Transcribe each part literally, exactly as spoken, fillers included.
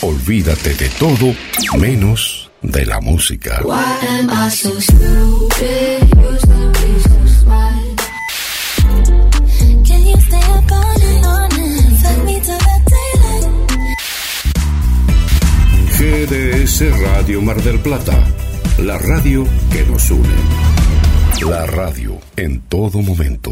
Olvídate de todo menos de la música. G D S Radio Mar del Plata, la radio que nos une. La radio en todo momento.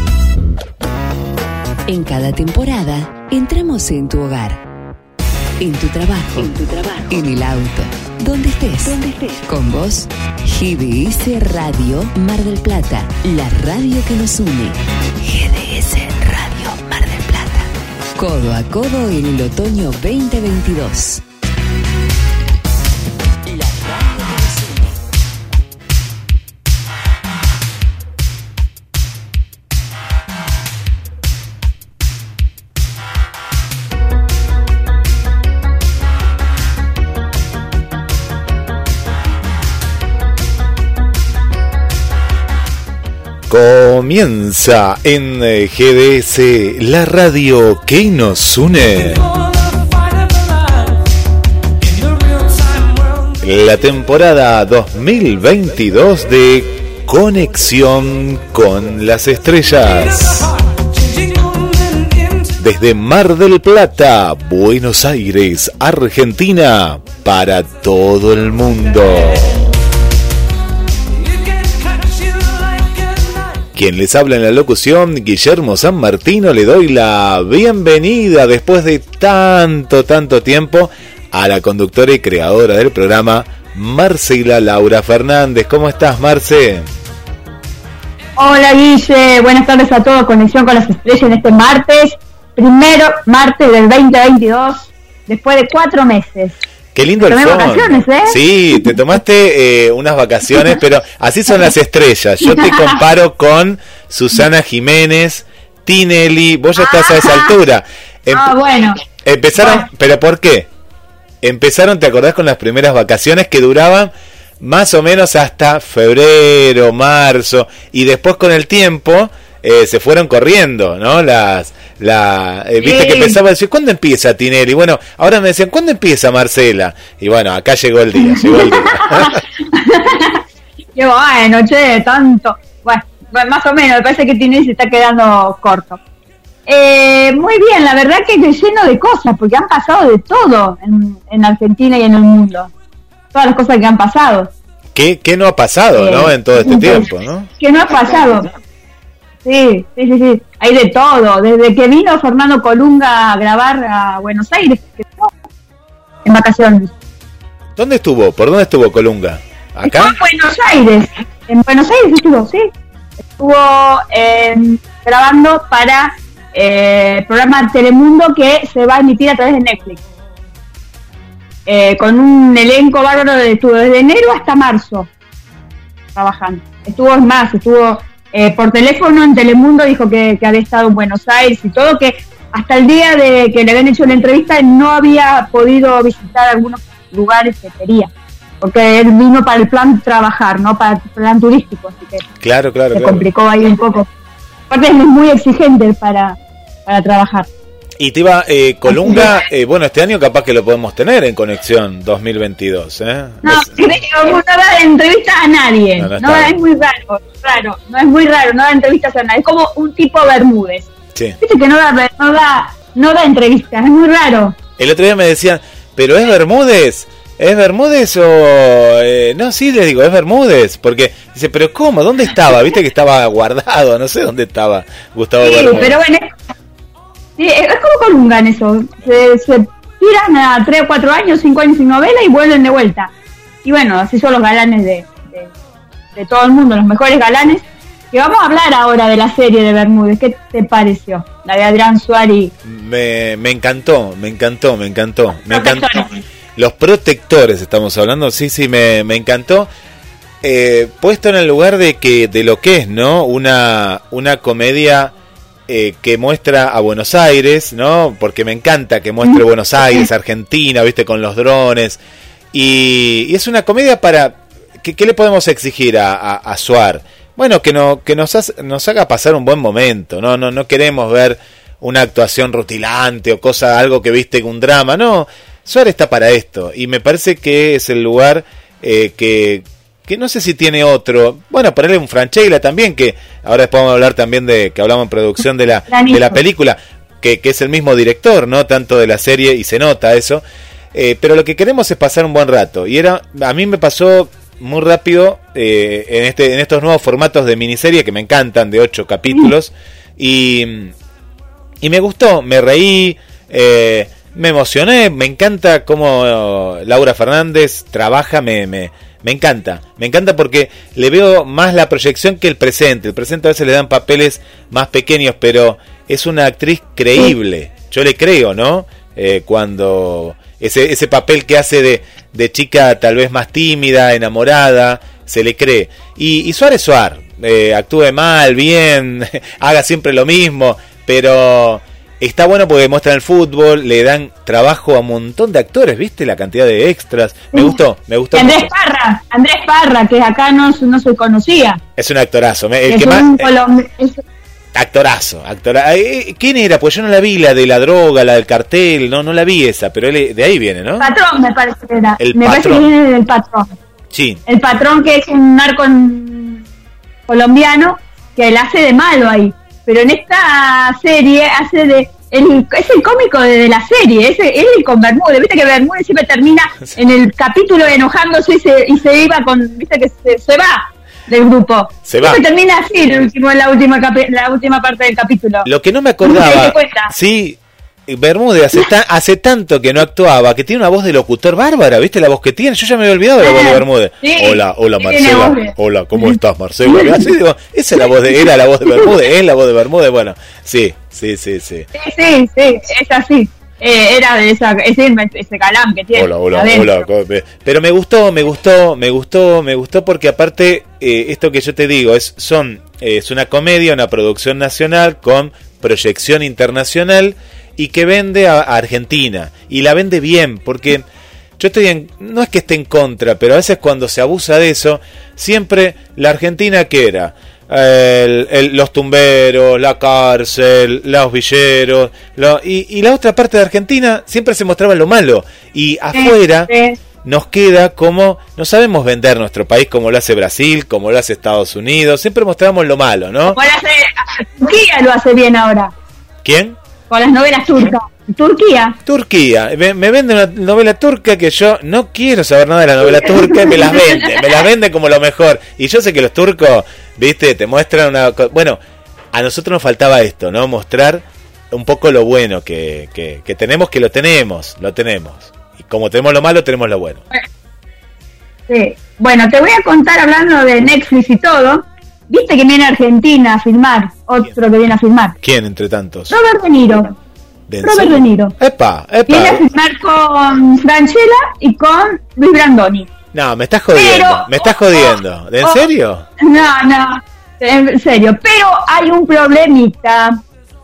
En cada temporada entramos en tu hogar, en tu trabajo, en tu trabajo, en el auto, donde estés, donde estés. Con vos, G D S Radio Mar del Plata, la radio que nos une. G D S Radio Mar del Plata. Codo a codo en el otoño veinte veintidós. Comienza en G D S, la radio que nos une. La temporada dos mil veintidós de Conexión con las Estrellas. Desde Mar del Plata, Buenos Aires, Argentina, para todo el mundo. Quien les habla en la locución, Guillermo San Martino, le doy la bienvenida después de tanto, tanto tiempo a la conductora y creadora del programa, Marcela Laura Fernández. ¿Cómo estás, Marce? Hola, Guille. Buenas tardes a todos. Conexión con las Estrellas en este martes, primero martes del veinte veintidós, después de cuatro meses. Qué lindo el fondo. Vacaciones, ¿eh? Sí, te tomaste eh, unas vacaciones, pero así son las estrellas. Yo te comparo con Susana Jiménez, Tinelli, vos ya estás a esa altura. Em- ah, bueno. Empezaron, bueno. ¿pero por qué? Empezaron, ¿te acordás, con las primeras vacaciones que duraban más o menos hasta febrero, marzo, y después con el tiempo eh, se fueron corriendo, ¿no? Las... La, eh, viste sí. Que pensaba decir, ¿cuándo empieza Tinelli? Bueno, ahora me decían, ¿cuándo empieza Marcela? Y bueno, acá llegó el día, llegó el día. Qué bueno, che, tanto. Bueno, más o menos, me parece que Tinelli se está quedando corto. Eh, muy bien, la verdad que es lleno de cosas, porque han pasado de todo en, en Argentina y en el mundo. Todas las cosas que han pasado. ¿Qué, qué no ha pasado, eh, no? En todo este tiempo, ¿no? ¿Qué no ha pasado? Sí, sí, sí, sí, hay de todo, desde que vino Fernando Colunga a grabar a Buenos Aires, en vacaciones. ¿Dónde estuvo? ¿Por dónde estuvo Colunga? ¿Acá? Estuvo en Buenos Aires, en Buenos Aires estuvo, sí. Estuvo eh, grabando para eh, el programa Telemundo que se va a emitir a través de Netflix. Eh, con un elenco bárbaro, estuvo desde enero hasta marzo trabajando. Estuvo más, estuvo... Eh, por teléfono en Telemundo dijo que, que había estado en Buenos Aires y todo, que hasta el día de que le habían hecho la entrevista no había podido visitar algunos lugares que quería, porque él vino para el plan trabajar, no para el plan turístico, así que claro, claro, se claro. complicó ahí un poco. Aparte es muy exigente para, para trabajar. Y te iba, eh, Colunga, eh, bueno, este año capaz que lo podemos tener en Conexión dos mil veintidós, ¿eh? No, es... creo, no da entrevistas a nadie, no, no, no es muy raro, raro, no es muy raro, no da entrevistas a nadie, es como un tipo Bermúdez. Sí. Viste que no da, no da, no da entrevistas, es muy raro. El otro día me decían, ¿pero es Bermúdez? ¿Es Bermúdez o...? Eh, no, sí, les digo, es Bermúdez, porque dice, ¿pero cómo? ¿Dónde estaba? Viste que estaba guardado, no sé dónde estaba Gustavo sí, Bermúdez. Pero bueno, sí, es como Colunga en eso, se, se tiran a tres o cuatro años, cinco años sin novela y vuelven de vuelta. Y bueno, así son los galanes de, de, de todo el mundo, los mejores galanes. Que vamos a hablar ahora de la serie de Bermúdez. ¿Qué te pareció? La de Adrián Suárez. Me, me encantó, me encantó, me encantó. Me encantó. Los protectores estamos hablando, sí, sí, me, me encantó. Eh, puesto en el lugar de que de lo que es, ¿no? Una, una comedia eh, que muestra a Buenos Aires, ¿no? Porque me encanta que muestre Buenos Aires, Argentina, ¿viste? Con los drones. Y, y es una comedia para... ¿Qué, qué le podemos exigir a, a, a Suar? Bueno, que, no, que nos, hace, nos haga pasar un buen momento, ¿no? No, no queremos ver una actuación rutilante o cosa, algo que viste, un drama, no. Suar está para esto, y me parece que es el lugar eh, que, que no sé si tiene otro. Bueno, ponerle un Francella también, que ahora después vamos a hablar también de, que hablamos en producción de la, de la película, que, que es el mismo director, ¿no? Tanto de la serie, y se nota eso. Eh, pero lo que queremos es pasar un buen rato, y era, a mí me pasó muy rápido eh, en este en estos nuevos formatos de miniserie que me encantan, de ocho capítulos, y, y me gustó, me reí, eh, me emocioné, me encanta cómo Laura Fernández trabaja, me, me, me encanta, me encanta porque le veo más la proyección que el presente. El presente a veces le dan papeles más pequeños, pero es una actriz creíble, yo le creo, ¿no? Eh, cuando ese ese papel que hace de, de chica tal vez más tímida, enamorada, se le cree. Y, y Suar es Suar, eh, actúe mal, bien, haga siempre lo mismo, pero está bueno porque muestran el fútbol, le dan trabajo a un montón de actores, ¿viste? La cantidad de extras. Me gustó, me gustó. Andrés mucho. Parra, Andrés Parra, que acá no, no se conocía. Es un actorazo. El es que un más... colom... es... Actorazo, actorazo. ¿Quién era? Pues yo no la vi, la de la droga, la del cartel, no no la vi esa, pero él de ahí viene, ¿no? Patrón, me parece que era. El me patrón. parece que viene del Patrón. Sí. El Patrón, que es un narco colombiano, que él hace de malo ahí. Pero en esta serie hace de... El, es el cómico de, de la serie, es, es el con Bermúdez. Viste que Bermúdez siempre termina en el capítulo enojándose y se, y se iba con... Viste que se, se va del grupo. Se va. Siempre termina así el último, la, última capi, la última parte del capítulo. Lo que no me acordaba... Sí, Bermúdez hace, ta, hace tanto que no actuaba, que tiene una voz de locutor bárbara, ¿viste la voz que tiene? Yo ya me había olvidado de la voz de Bermúdez. Sí, hola, hola Marcela. Hola, ¿cómo estás, Marcela? Así digo, esa es la voz de, era la voz de Bermúdez, es la voz de Bermúdez, bueno, sí, sí, sí, sí. Sí, sí, sí, es así. Eh, era de esa, ese, ese galán que tiene. Hola, hola, hola. Pero me gustó, me gustó, me gustó, me gustó porque aparte, eh, esto que yo te digo, es, son, eh, es una comedia, una producción nacional con proyección internacional y que vende a, a Argentina. Y la vende bien, porque yo estoy en, no es que esté en contra, pero a veces cuando se abusa de eso, siempre la Argentina que era... El, el, los tumberos, la cárcel, los villeros, lo, y, y la otra parte de Argentina siempre se mostraba lo malo, y afuera sí, sí. nos queda como, no sabemos vender nuestro país como lo hace Brasil, como lo hace Estados Unidos, siempre mostramos lo malo, ¿no? Como lo hace, Turquía lo hace bien ahora. ¿Quién? Con las novelas turcas. Turquía. Turquía. Me, me vende una novela turca que yo no quiero saber nada de la novela turca y me las vende. Me las vende como lo mejor. Y yo sé que los turcos, viste, te muestran una... Bueno, a nosotros nos faltaba esto, ¿no? Mostrar un poco lo bueno que, que, que tenemos, que lo tenemos, lo tenemos. Y como tenemos lo malo, tenemos lo bueno. Sí. Bueno, te voy a contar, hablando de Netflix y todo. Viste que viene a Argentina a filmar. Otro ¿Quién? que viene a filmar. ¿Quién entre tantos? Robert De Niro. ¿De Robert De Niro. Epa, epa. Viene a filmar con Francella y con Luis Brandoni. No, me estás jodiendo. Pero, me estás jodiendo. ¿De en oh, serio? No, no. En serio. Pero hay un problemita.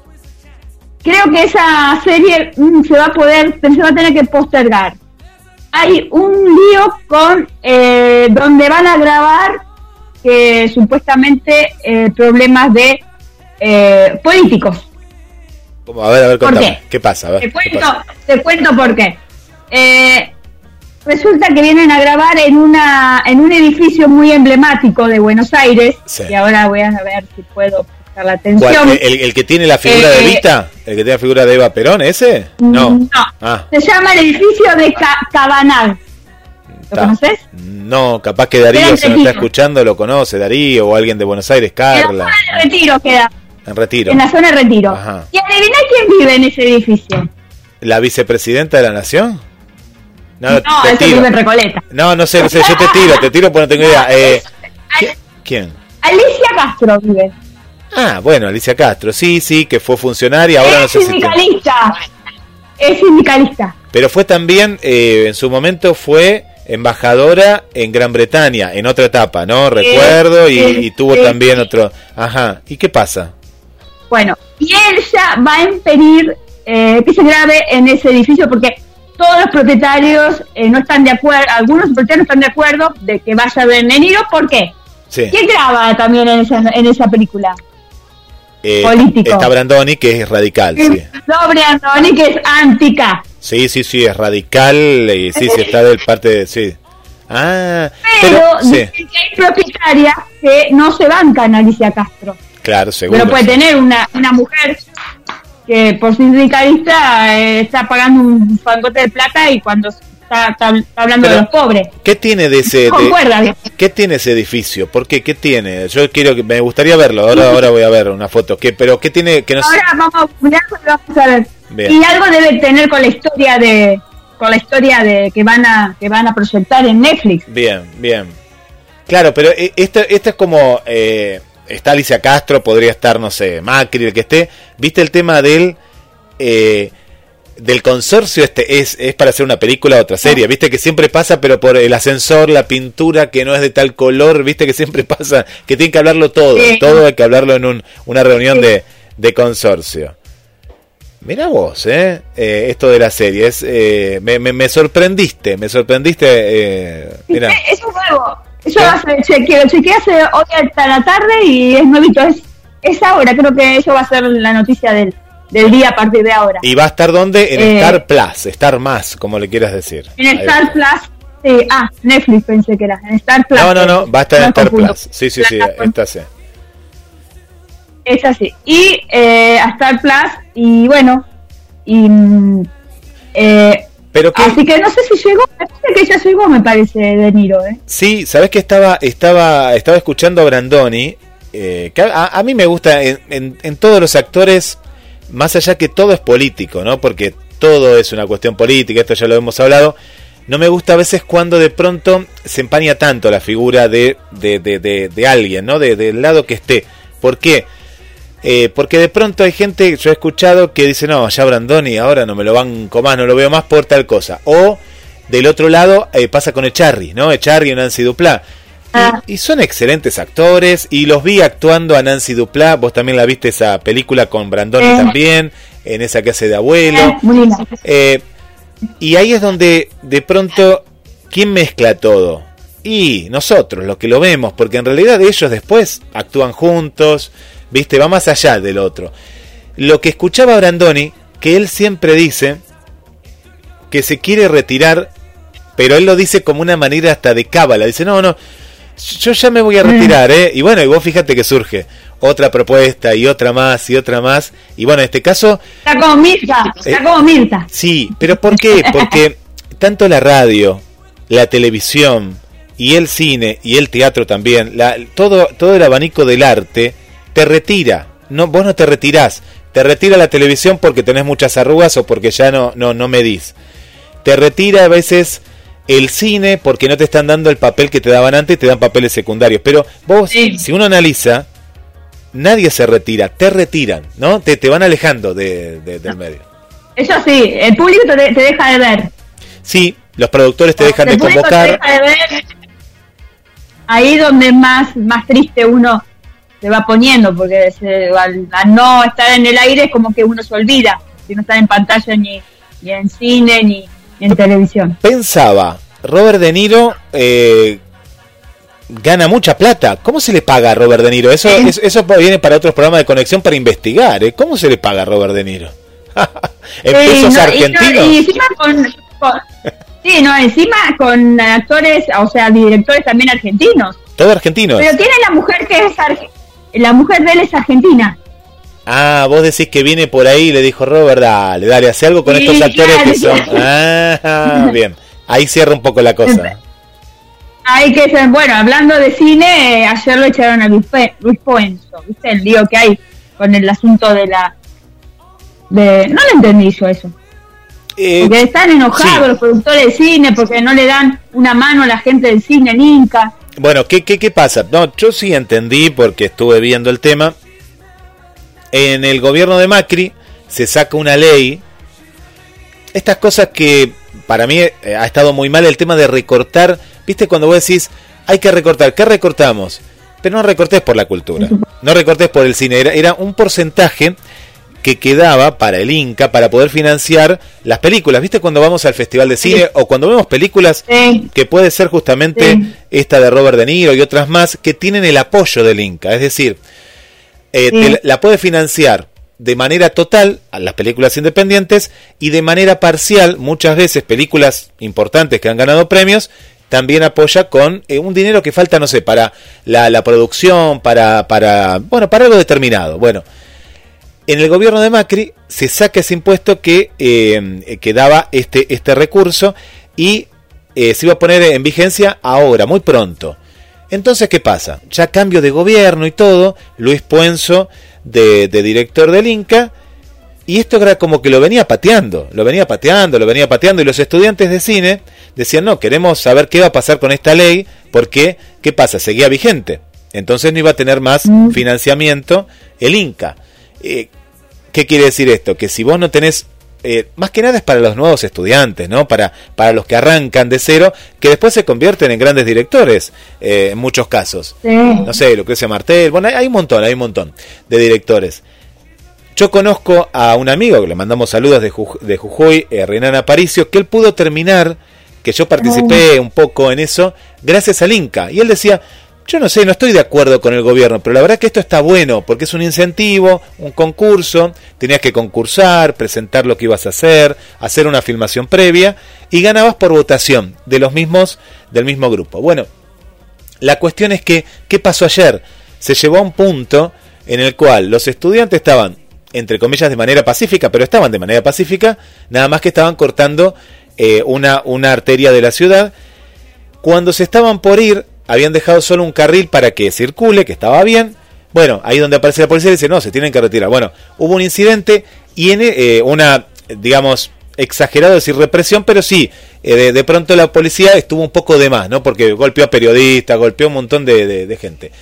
Creo que esa serie mm, se va a poder, se va a tener que postergar. Hay un lío con eh, donde van a grabar que supuestamente eh, problemas de eh, políticos. ¿Cómo? A ver, a ver, contame. ¿Qué? ¿Qué pasa? A ver, te, cuento, pasa? te cuento por qué. Eh, resulta que vienen a grabar en una en un edificio muy emblemático de Buenos Aires, sí. Y ahora voy a ver si puedo prestar la atención. ¿El, el, el que tiene la figura eh, de Evita? ¿El que tiene la figura de Eva Perón, ese? No. No, ah. Se llama el edificio de Ca- Cabanal. ¿Lo Ta. conoces? No, capaz que Darío, si nos está escuchando, lo conoce, Darío, o alguien de Buenos Aires, Carla. En la zona de Retiro queda. En Retiro. En la zona de Retiro. Ajá. Y adivina quién vive en ese edificio. ¿La vicepresidenta de la Nación? No, no eso vive en Recoleta. No, no sé, no sé, yo te tiro, te tiro porque no tengo idea. Eh, ¿Quién? Alicia Castro vive. Ah, bueno, Alicia Castro, sí, sí, que fue funcionaria, ahora es no sé si... sindicalista. Es sindicalista. Pero fue también, eh, en su momento fue... embajadora en Gran Bretaña, en otra etapa, ¿no? Recuerdo, y, y tuvo sí, también sí. otro... Ajá, ¿y qué pasa? Bueno, y ella va a impedir eh, que se grabe en ese edificio porque todos los propietarios eh, no están de acuerdo, algunos propietarios no están de acuerdo de que vaya a ver De Niro, ¿por qué? Sí. ¿Quién graba también en esa, en esa película? Eh, político. Está Brandoni, que es radical. Sí, sí. No, Brandoni, que es antica. Sí, sí, sí, es radical y sí, sí, está del parte de... Sí. Ah, pero, pero sí. dicen que hay propietarias que no se bancan a Alicia Castro. Claro, seguro. Pero puede sí. tener una, una mujer que por sindicalista eh, está pagando un fangote de plata y cuando está, está, está hablando pero, de los pobres. ¿Qué tiene de ese Concuerda, de, ¿Qué tiene ese edificio? ¿Por qué? ¿Qué tiene? Yo quiero que me gustaría verlo. Ahora ahora voy a ver una foto. ¿Qué pero qué tiene que no Ahora sé? vamos a mirarlo y vamos a ver. Bien. Y algo debe tener con la historia de con la historia de que van a que van a proyectar en Netflix. Bien, bien. Claro, pero esto esto es como eh, está Alicia Castro, podría estar, no sé, Macri, el que esté. ¿Viste el tema del eh, del consorcio? Este es es para hacer una película o otra serie. Viste que siempre pasa, pero por el ascensor, la pintura que no es de tal color, viste que siempre pasa, que tienen que hablarlo todo, sí. Todo hay que hablarlo en un, una reunión sí. de, de consorcio. Mirá vos, eh, eh esto de la serie, es, eh, me, me, me sorprendiste, me sorprendiste. Eh, mirá. Es un nuevo. Eso va a ser, chequeo, chequeé hace hoy hasta la tarde y es nuevito, es, es ahora, creo que eso va a ser la noticia del, del día a partir de ahora. ¿Y va a estar dónde? En eh, Star Plus, Star Más, como le quieras decir. En Ahí Star va. Plus, sí, ah, Netflix pensé que era, en Star Plus. No, no, no, va a estar no en Star confundo. Plus, sí, sí, sí, esta sí. Es así, y eh, a Star Plus, y bueno, y... Eh, Pero que, así que no sé si llegó, me parece que ya llegó, me parece, De Niro, ¿eh? Sí, sabes que estaba estaba estaba escuchando a Brandoni, eh, que a, a mí me gusta en, en, en todos los actores, más allá que todo es político, ¿no? Porque todo es una cuestión política, esto ya lo hemos hablado. No me gusta a veces cuando de pronto se empaña tanto la figura de de, de, de, de alguien, ¿no? De, del lado que esté. ¿Por qué? Eh, porque de pronto hay gente, yo he escuchado que dice, no, ya Brandoni ahora no me lo banco más, no lo veo más por tal cosa. O del otro lado eh, pasa con Echarri, ¿no? Echarri y Nancy Duplá. Ah. Y, y son excelentes actores y los vi actuando a Nancy Duplá. Vos también la viste esa película con Brandoni eh. también, en esa que hace de abuelo. Eh, y ahí es donde de pronto, ¿quién mezcla todo? Y nosotros, los que lo vemos, porque en realidad ellos después actúan juntos. Viste, va más allá del otro. Lo que escuchaba Brandoni, que él siempre dice que se quiere retirar, pero él lo dice como una manera hasta de cábala. Dice, no, no, yo ya me voy a retirar, ¿eh? Y bueno, y vos fíjate que surge otra propuesta y otra más y otra más. Y bueno, en este caso... Está como Mirta, está eh, como Mirta. Sí, pero ¿por qué? Porque tanto la radio, la televisión y el cine y el teatro también, la, todo, todo el abanico del arte... te retira, no, vos no te retirás, te retira la televisión porque tenés muchas arrugas o porque ya no, no, no medís, te retira a veces el cine porque no te están dando el papel que te daban antes, te dan papeles secundarios, pero vos, sí. Si uno analiza, nadie se retira, te retiran, ¿no? Te, te van alejando de, de, del medio. Eso sí, el público te, te deja de ver. Sí, los productores te dejan el de convocar. Te deja de ver. Ahí donde más, más triste uno se va poniendo, porque se, al, al no estar en el aire es como que uno se olvida, si no está en pantalla ni, ni en cine ni, ni en televisión. Pensaba, Robert De Niro eh, gana mucha plata. ¿Cómo se le paga a Robert De Niro? Eso, ¿Eh? eso, eso viene para otros programas de conexión para investigar. ¿eh? ¿Cómo se le paga a Robert De Niro? ¿En sí, pesos no, argentinos? Y, no, y encima con, con, sí, no, encima con actores, o sea, directores también argentinos. Todo argentino. Pero tiene la mujer que es argentina. La mujer de él es argentina. Ah, vos decís que viene por ahí y le dijo, Robert, dale, dale, hace algo con sí, estos actores claro, que son... Ah, bien, ahí cierra un poco la cosa. Hay que ser, bueno, hablando de cine, ayer lo echaron a Luis, Pe- Luis Puenzo, ¿viste? El lío que hay con el asunto de la... de No lo entendí yo eso. Eh, porque están enojados sí. Los productores de cine porque no le dan una mano a la gente del cine, el Inca. Bueno, ¿qué, qué, ¿qué pasa? No, yo sí entendí porque estuve viendo el tema. En el gobierno de Macri se saca una ley. Estas cosas que para mí eh, ha estado muy mal el tema de recortar. ¿Viste cuando vos decís, hay que recortar? ¿Qué recortamos? Pero no recortés por la cultura. No recortés por el cine. Era, era un porcentaje que quedaba para el Inca para poder financiar las películas. ¿Viste cuando vamos al festival de cine sí. O cuando vemos películas sí. Que puede ser justamente sí. Esta de Robert De Niro y otras más que tienen el apoyo del Inca? Es decir, eh, sí. te, la puede financiar de manera total a las películas independientes y de manera parcial, muchas veces películas importantes que han ganado premios, también apoya con eh, un dinero que falta, no sé, para la, la producción, para, para, bueno, para algo determinado. Bueno, en el gobierno de Macri se saca ese impuesto que, eh, que daba este, este recurso y eh, se iba a poner en vigencia ahora, muy pronto. Entonces, ¿qué pasa? Ya cambio de gobierno y todo, Luis Puenzo de, de director del Inca, y esto era como que lo venía pateando, lo venía pateando, lo venía pateando, y los estudiantes de cine decían, no, queremos saber qué va a pasar con esta ley, porque, ¿qué pasa? Seguía vigente, entonces no iba a tener más mm. financiamiento el Inca. Eh, ¿Qué quiere decir esto? Que si vos no tenés, eh, más que nada es para los nuevos estudiantes, ¿no? Para, para los que arrancan de cero, que después se convierten en grandes directores, eh, en muchos casos. Sí. No sé, Lucrecia Martel, bueno, hay, hay un montón, hay un montón de directores. Yo conozco a un amigo, que le mandamos saludos de, Juj- de Jujuy, eh, Renan Aparicio, que él pudo terminar, que yo participé un poco en eso, gracias al Inca. Y él decía, yo no sé, no estoy de acuerdo con el gobierno, pero la verdad que esto está bueno, porque es un incentivo, un concurso, tenías que concursar, presentar lo que ibas a hacer, hacer una filmación previa, y ganabas por votación de los mismos, del mismo grupo. Bueno, la cuestión es que, ¿qué pasó ayer? Se llevó a un punto en el cual los estudiantes estaban, entre comillas, de manera pacífica, pero estaban de manera pacífica, nada más que estaban cortando eh, una, una arteria de la ciudad. Cuando se estaban por ir, habían dejado solo un carril para que circule, que estaba bien. Bueno, ahí donde aparece la policía dice, no, se tienen que retirar. Bueno, hubo un incidente y en eh, una, digamos, exagerado decir represión, pero sí, eh, de, de pronto la policía estuvo un poco de más, ¿no? Porque golpeó a periodistas, golpeó a un montón de, de, de gente.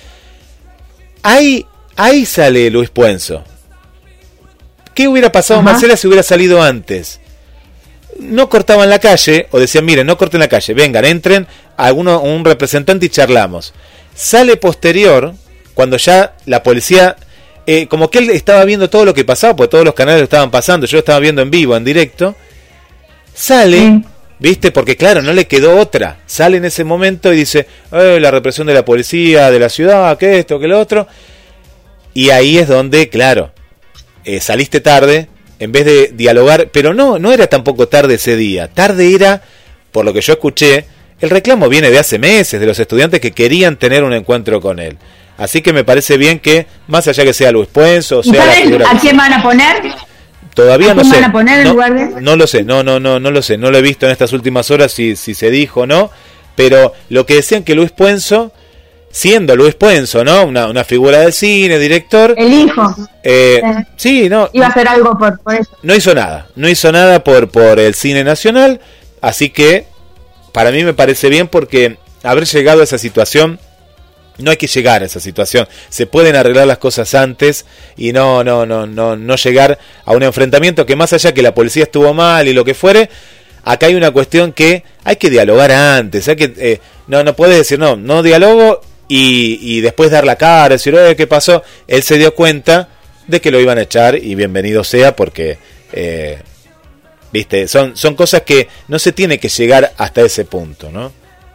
Ahí, ahí sale Luis Puenzo. ¿Qué hubiera pasado, Ajá. Marcela, si hubiera salido antes? No cortaban la calle, o decían, miren, no corten la calle, vengan, entren a alguno, un representante y charlamos. Sale posterior, cuando ya la policía, eh, como que él estaba viendo todo lo que pasaba, porque todos los canales lo estaban pasando, yo lo estaba viendo en vivo, en directo, sale, sí. ¿Viste? Porque claro, no le quedó otra, sale en ese momento y dice, eh, la represión de la policía, de la ciudad, que esto, que lo otro, y ahí es donde, claro, eh, saliste tarde, en vez de dialogar, pero no, no era tampoco tarde ese día, tarde era, por lo que yo escuché, el reclamo viene de hace meses, de los estudiantes que querían tener un encuentro con él. Así que me parece bien que, más allá que sea Luis Puenzo, o sea la figura ¿a quién van a poner? Todavía no sé. ¿Van a poner en no, lugar de...? no lo sé, no, no, no, no lo sé, no lo he visto en estas últimas horas si, si se dijo o no, pero lo que decían que Luis Puenzo, siendo Luis Puenzo, ¿no? Una, una figura del cine, director. El hijo. Eh, eh, sí, no. Iba a hacer algo por, por eso. No hizo nada, no hizo nada por, por el cine nacional, así que para mí me parece bien porque haber llegado a esa situación, no hay que llegar a esa situación. Se pueden arreglar las cosas antes y no, no, no, no, no llegar a un enfrentamiento que más allá que la policía estuvo mal y lo que fuere, acá hay una cuestión que hay que dialogar antes, hay que, eh, no, no puedes decir no, no dialogo y, y después dar la cara, decir, oye, ¿qué pasó? Él se dio cuenta de que lo iban a echar y bienvenido sea porque, eh, viste, son, son cosas que no se tiene que llegar hasta ese punto, ¿no?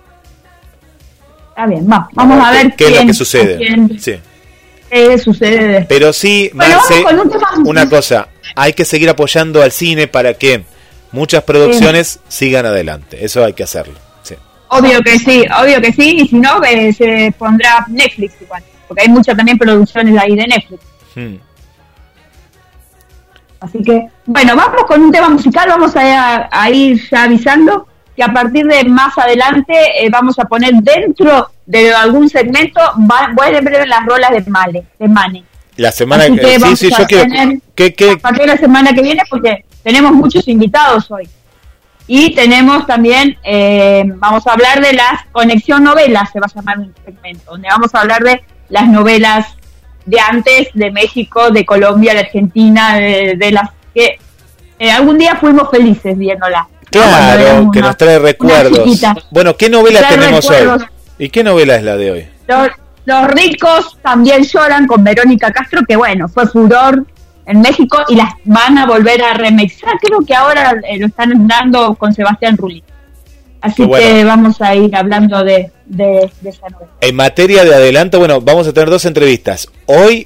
Está bien, va, vamos a, a ver qué, qué es lo que sucede. Quién, sí. ¿Qué sucede? Pero sí, bueno, Marce, un tema... una cosa, hay que seguir apoyando al cine para que muchas producciones sí. sigan adelante. Eso hay que hacerlo. Sí. Obvio que sí, obvio que sí, y si no, eh, se pondrá Netflix igual, porque hay muchas también producciones ahí de Netflix. Hmm. Así que, bueno, vamos con un tema musical, vamos a, a ir ya avisando que a partir de más adelante eh, vamos a poner dentro de algún segmento, va, vuelven ver las rolas de Male, de Mane. La semana que, que sí, sí, yo quiero que, que a partir de la semana que viene, porque tenemos muchos invitados hoy. Y tenemos también, eh, vamos a hablar de las Conexión Novelas, se va a llamar un segmento, donde vamos a hablar de las novelas de antes, de México, de Colombia, de Argentina, de, de las que eh, algún día fuimos felices viéndolas. Claro, ¿no? Que una, nos trae recuerdos. Bueno, ¿qué novela tenemos recuerdos. hoy? ¿Y qué novela es la de hoy? Los, los ricos también lloran con Verónica Castro, que bueno, fue furor en México y las van a volver a remixar. Creo que ahora eh, lo están dando con Sebastián Rulli. Así bueno. que vamos a ir hablando de, de, de esa novela. En materia de adelanto, bueno, vamos a tener dos entrevistas. Hoy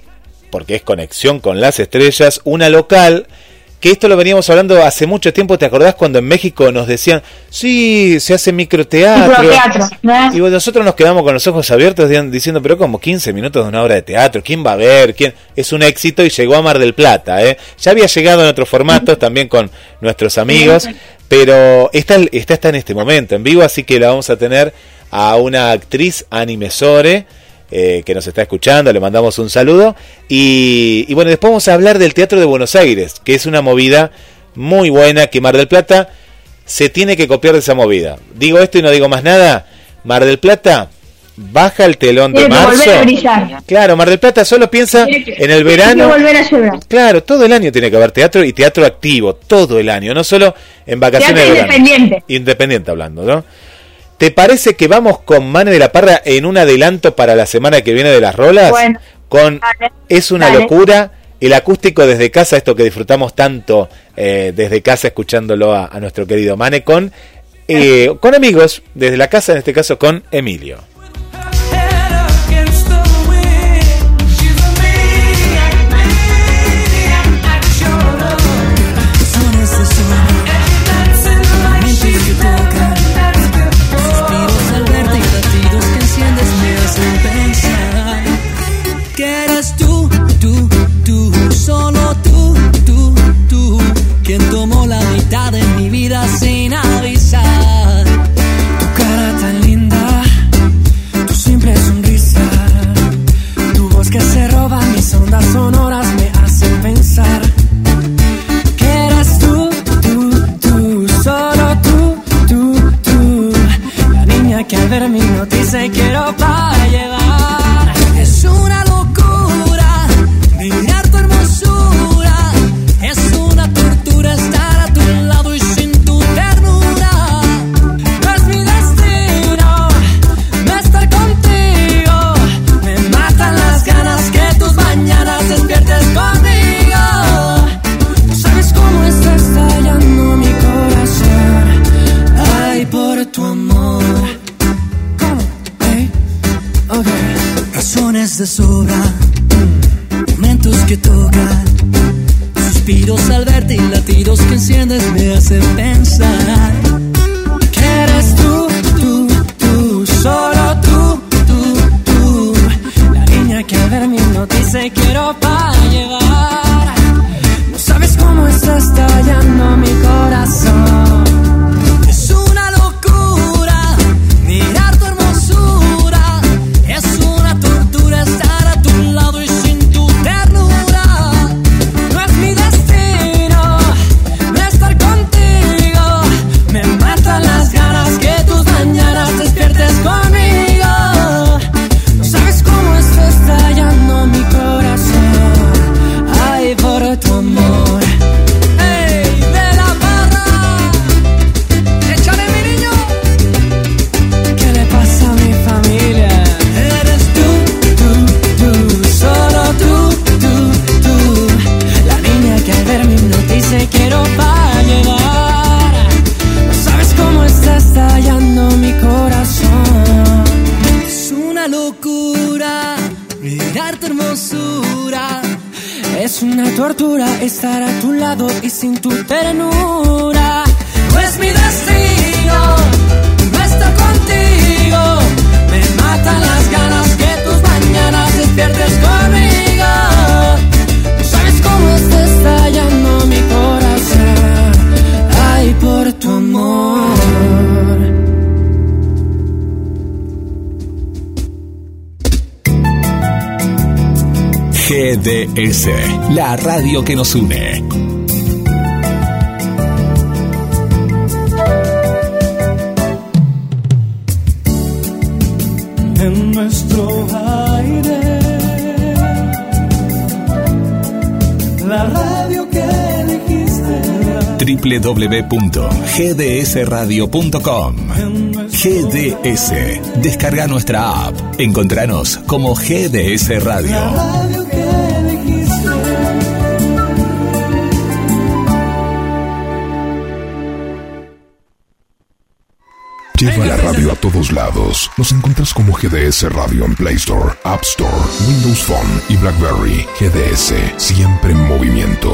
porque es conexión con las estrellas, una local, que esto lo veníamos hablando hace mucho tiempo. ¿Te acordás cuando en México nos decían, sí, se hace microteatro? Microteatro, ¿no? Y nosotros nos quedamos con los ojos abiertos diciendo, pero como quince minutos de una obra de teatro, ¿quién va a ver? ¿Quién? Es un éxito, y llegó a Mar del Plata, ¿eh? Ya había llegado en otros formatos, también con nuestros amigos, pero esta, esta está en este momento en vivo, así que la vamos a tener a una actriz, Ani Mesore, Eh, que nos está escuchando, le mandamos un saludo. Y, y bueno, después vamos a hablar del Teatro de Buenos Aires, que es una movida muy buena, que Mar del Plata se tiene que copiar de esa movida. Digo esto y no digo más nada. Mar del Plata baja el telón de marzo. Volver a brillar. Claro, Mar del Plata solo piensa que, en el verano. Tiene que volver a llorar. Claro, todo el año tiene que haber teatro, y teatro activo, todo el año, no solo en vacaciones teatro de verano. Independiente. Independiente hablando, ¿no? ¿Te parece que vamos con Mane de la Parra en un adelanto para la semana que viene de las rolas? Bueno, con dale, Es una dale. locura, el acústico desde casa, esto que disfrutamos tanto eh, desde casa escuchándolo a, a nuestro querido Mane, con, eh, con amigos, desde la casa, en este caso con Emilio. Quien tomó la mitad de mi vida sin avisar. Tu cara tan linda, tu simple sonrisa, tu voz que se roba mis ondas sonoras me hacen pensar que eres tú, tú, tú, solo tú, tú, tú, la niña que al ver mi noticia quiero para llevar. Es una locura mirar tu hermosura, es una tortura estar a tu lado y sin tu ternura. No es mi destino no estar contigo, me matan las ganas que tus mañanas despiertes conmigo. No sabes cómo está estallando mi corazón, ay, por tu amor. ¿Cómo? Hey, ok. Razones de sobra, momentos que tocan, suspiros al verte y latidos que enciendes me hacen pensar que eres tú, tú, tú, solo tú, tú, tú, la niña que al ver mi noticia quiero pa' llevar. No sabes cómo está estallando mi corazón. Es una locura mirar tu hermosura, es una tortura estar a tu lado y sin tu ternura. No es mi destino no estar contigo, me matan las ganas que tus mañanas despiertes conmigo. No sabes cómo está estallando mi corazón, ay, por tu amor. Ey, de la barra, échale mi niño. ¿Qué le pasa a mi familia? Eres tú, tú, tú, solo tú, tú, tú, la niña que al ver mi noticia quiero pa' llevar. No sabes cómo está estallando mi corazón. Es una locura mirar tu hermosura, es una tortura estar a tu lado y sin tu ternura. No es mi destino no estar contigo, me matan las ganas que tus mañanas despiertes conmigo. No sabes cómo está estallando mi corazón, ay, por tu amor. G D S, la radio que nos une. En nuestro aire, la radio que elegiste. w w w punto g d s radio punto com. G D S. Descarga nuestra app. Encontranos como G D S Radio. La radio que elegiste. Lleva la radio a todos lados. Nos encuentras como G D S Radio en Play Store, App Store, Windows Phone y BlackBerry. G D S, siempre en movimiento.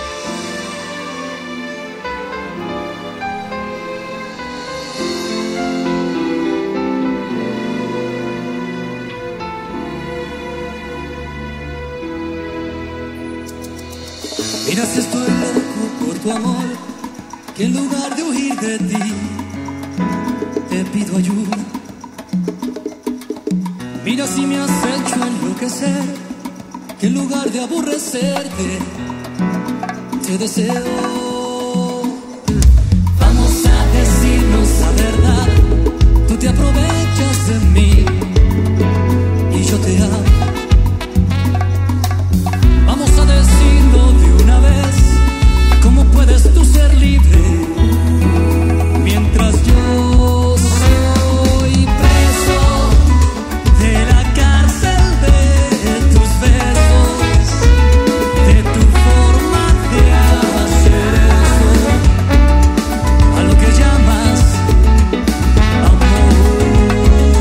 Mira si estoy loco por tu amor, que en lugar de huir de ti, te pido ayuda. Mira si me has hecho enloquecer, que en lugar de aborrecerte, te deseo. Vamos a decirnos la verdad, tú te aprovechas de mí y yo te amo. Vamos a decirlo de una vez, ¿cómo puedes tú ser libre mientras yo soy preso de la cárcel de tus besos, de tu forma de hacer eso, a lo que llamas amor?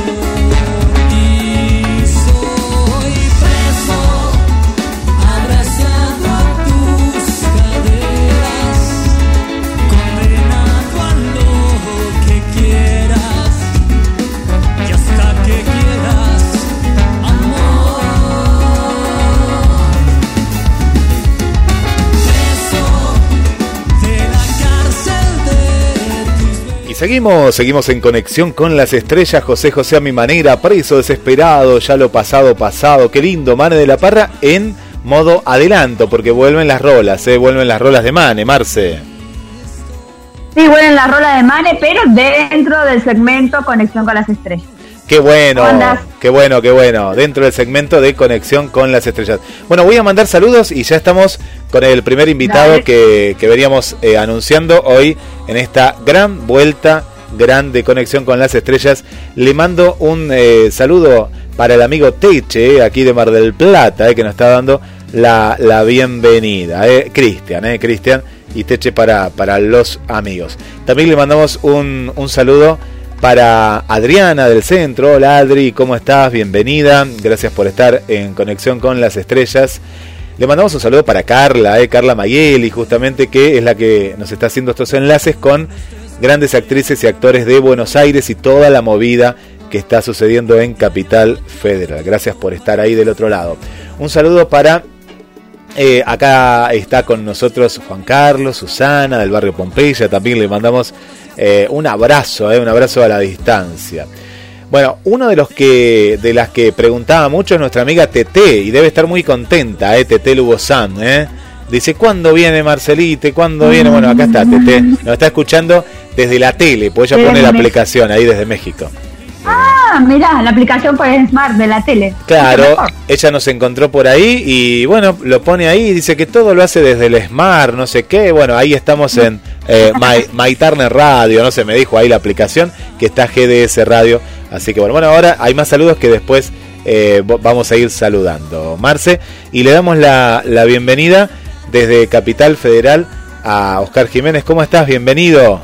Y soy preso, abrazado a tus caderas, condenado a lo que quieras y hasta que quieras, amor. Preso de la cárcel de tus besos. Y seguimos, seguimos en conexión con las estrellas. José José a mi manera, preso, desesperado, ya lo pasado, pasado. Qué lindo, Mane de la Parra en modo adelanto, porque vuelven las rolas, ¿eh? Vuelven las rolas de Mane, Marce. Sí, vuelven las rolas de Mane, pero dentro del segmento Conexión con las Estrellas. Qué bueno, ¿Cómo andás? qué bueno, qué bueno. Dentro del segmento de Conexión con las Estrellas. Bueno, voy a mandar saludos y ya estamos con el primer invitado que, que veníamos eh, anunciando hoy en esta gran vuelta, grande Conexión con las Estrellas. Le mando un eh, saludo para el amigo Teche, eh, aquí de Mar del Plata, eh, que nos está dando la, la bienvenida. Eh. Cristian, eh, Cristian y Teche para, para los amigos. También le mandamos un, un saludo para Adriana del centro. Hola Adri, ¿cómo estás? Bienvenida, gracias por estar en Conexión con las Estrellas. Le mandamos un saludo para Carla, eh, Carla Mayeli, justamente, que es la que nos está haciendo estos enlaces con grandes actrices y actores de Buenos Aires y toda la movida que está sucediendo en Capital Federal. Gracias por estar ahí del otro lado. Un saludo para... Eh, acá está con nosotros Juan Carlos, Susana del barrio Pompeya. También le mandamos eh, un abrazo, eh, un abrazo a la distancia. Bueno, uno de los que de las que preguntaba mucho es nuestra amiga Teté, y debe estar muy contenta, eh, Teté Lubozán, eh. Dice, ¿cuándo viene Marcelite? ¿Cuándo viene? Bueno, acá está Teté, nos está escuchando desde la tele, pues ella pone la aplicación ahí desde México. Ah, mirá, la aplicación por el Smart de la tele. Claro, ella nos encontró por ahí y bueno, lo pone ahí y dice que todo lo hace desde el Smart, no sé qué. Bueno, ahí estamos en eh, My, My Turner Radio, no sé, me dijo ahí la aplicación que está G D S Radio. Así que bueno, bueno, ahora hay más saludos que después eh, vamos a ir saludando, Marce. Y le damos la, la bienvenida desde Capital Federal a Oscar Jiménez. ¿Cómo estás? Bienvenido.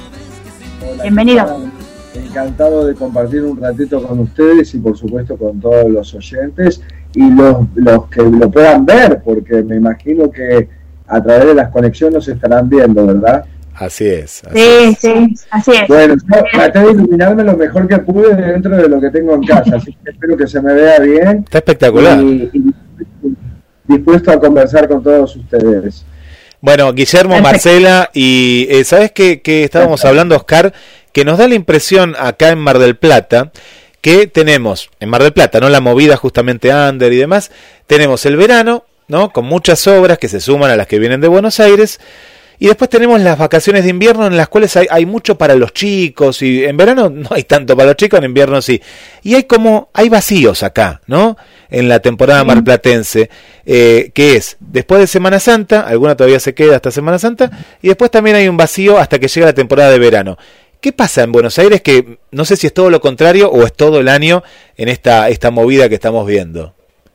Hola, Bienvenido. Encantado de compartir un ratito con ustedes y por supuesto con todos los oyentes y los, los que lo puedan ver, porque me imagino que a través de las conexiones nos estarán viendo, ¿verdad? Así es. Así Sí, es. sí, así es. Bueno, yo traté de iluminarme lo mejor que pude dentro de lo que tengo en casa, así que espero que se me vea bien. Está espectacular. Y, y dispuesto a conversar con todos ustedes. Bueno, Guillermo, Perfecto. Marcela, y eh, ¿sabes qué, qué estábamos hablando, Oscar? Que nos da la impresión acá en Mar del Plata que tenemos, en Mar del Plata, ¿no? La movida justamente under y demás, tenemos el verano, ¿no? Con muchas obras que se suman a las que vienen de Buenos Aires, y después tenemos las vacaciones de invierno en las cuales hay, hay mucho para los chicos, y en verano no hay tanto para los chicos, en invierno sí. Y hay como, hay vacíos acá, ¿no? En la temporada marplatense, eh, que es, después de Semana Santa, alguna todavía se queda hasta Semana Santa, y después también hay un vacío hasta que llega la temporada de verano. ¿Qué pasa en Buenos Aires? Que no sé si es todo lo contrario o es todo el año en esta, esta movida que estamos viendo.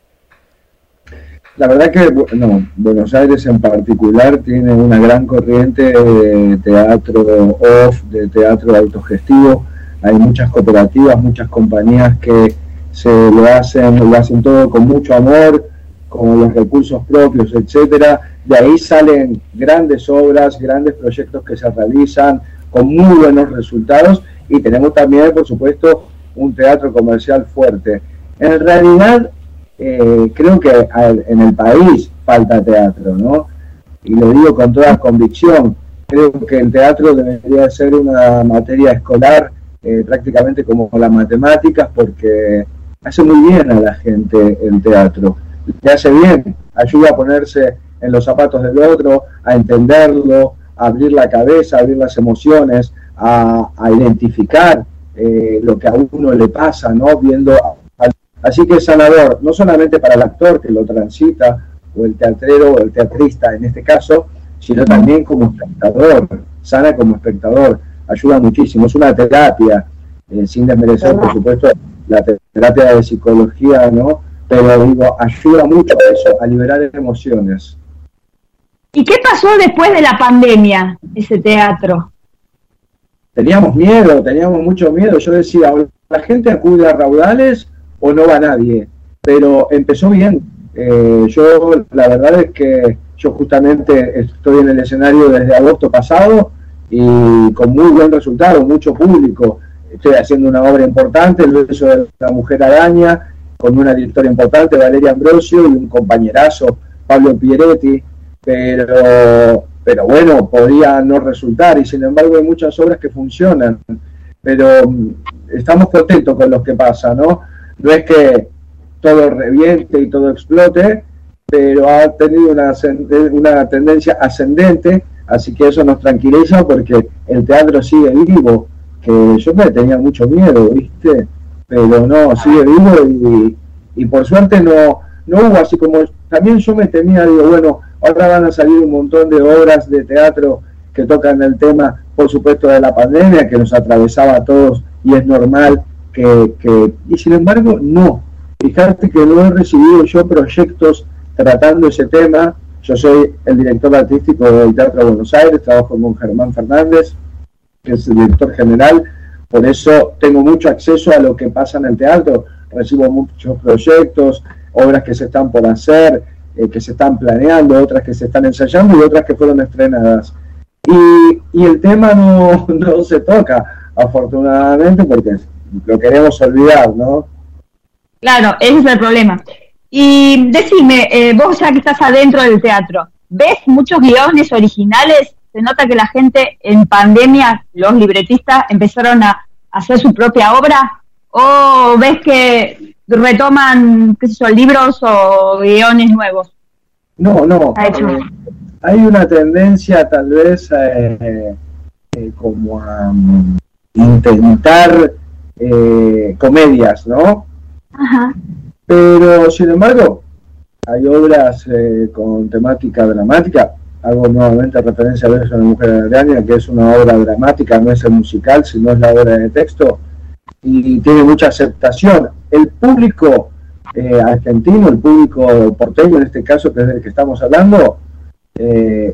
La verdad que no, Buenos Aires en particular tiene una gran corriente de teatro off, de teatro autogestivo, hay muchas cooperativas, muchas compañías que se lo hacen, lo hacen todo con mucho amor, con los recursos propios, etcétera. De ahí salen grandes obras, grandes proyectos que se realizan con muy buenos resultados, y tenemos también, por supuesto, un teatro comercial fuerte. En realidad, eh, creo que en el país falta teatro, ¿no? Y lo digo con toda convicción. Creo que el teatro debería ser una materia escolar, eh, prácticamente como las matemáticas, porque hace muy bien a la gente el teatro. Le hace bien, ayuda a ponerse en los zapatos del otro, a entenderlo, a abrir la cabeza, a abrir las emociones, a, a identificar eh, lo que a uno le pasa, ¿no? Viendo a, a, así que es sanador, no solamente para el actor que lo transita, o el teatrero, o el teatrista en este caso, sino también como espectador, sana como espectador, ayuda muchísimo, es una terapia, eh, sin desmerecer, por supuesto, la terapia de psicología, ¿no? Pero digo, ayuda mucho a eso, a liberar emociones. ¿Y qué pasó después de la pandemia, ese teatro? Teníamos miedo, teníamos mucho miedo. Yo decía, o la gente acude a raudales o no va nadie. Pero empezó bien. Eh, yo, la verdad es que yo justamente estoy en el escenario desde agosto pasado y con muy buen resultado, mucho público. Estoy haciendo una obra importante, El beso de la mujer araña, con una directora importante, Valeria Ambrosio, y un compañerazo, Pablo Pieretti. Pero, pero bueno, podía no resultar, y sin embargo hay muchas obras que funcionan, pero estamos contentos con lo que pasa, ¿no? No es que todo reviente y todo explote, pero ha tenido una, una tendencia ascendente, así que eso nos tranquiliza porque el teatro sigue vivo, que yo me tenía mucho miedo, ¿viste? Pero no, sigue vivo y, y por suerte no, no hubo así como... También yo me temía, digo, bueno, ahora van a salir un montón de obras de teatro que tocan el tema, por supuesto, de la pandemia, que nos atravesaba a todos, y es normal que... que y sin embargo, no. Fíjate que no he recibido yo proyectos tratando ese tema. Yo soy el director artístico del Teatro de Buenos Aires, trabajo con Germán Fernández, que es el director general, por eso tengo mucho acceso a lo que pasa en el teatro. Recibo muchos proyectos, obras que se están por hacer, eh, que se están planeando, otras que se están ensayando y otras que fueron estrenadas. Y, y el tema no, no se toca, afortunadamente, porque lo queremos olvidar, ¿no? Claro, ese es el problema. Y decime, eh, vos ya que estás adentro del teatro, ¿ves muchos guiones originales? ¿Se nota que la gente en pandemia, los libretistas, empezaron a hacer su propia obra? ¿O ves que retoman, qué sé yo, libros o guiones nuevos? No, no. Eh, hay una tendencia tal vez eh, eh, como a um, intentar eh, comedias, ¿no? Ajá. Pero sin embargo hay obras eh, con temática dramática. Hago nuevamente referencia a Beso de la mujer araña, que es una obra dramática, no es el musical, sino es la obra de texto, y tiene mucha aceptación. El público eh, argentino, el público porteño en este caso, que es del que estamos hablando, eh,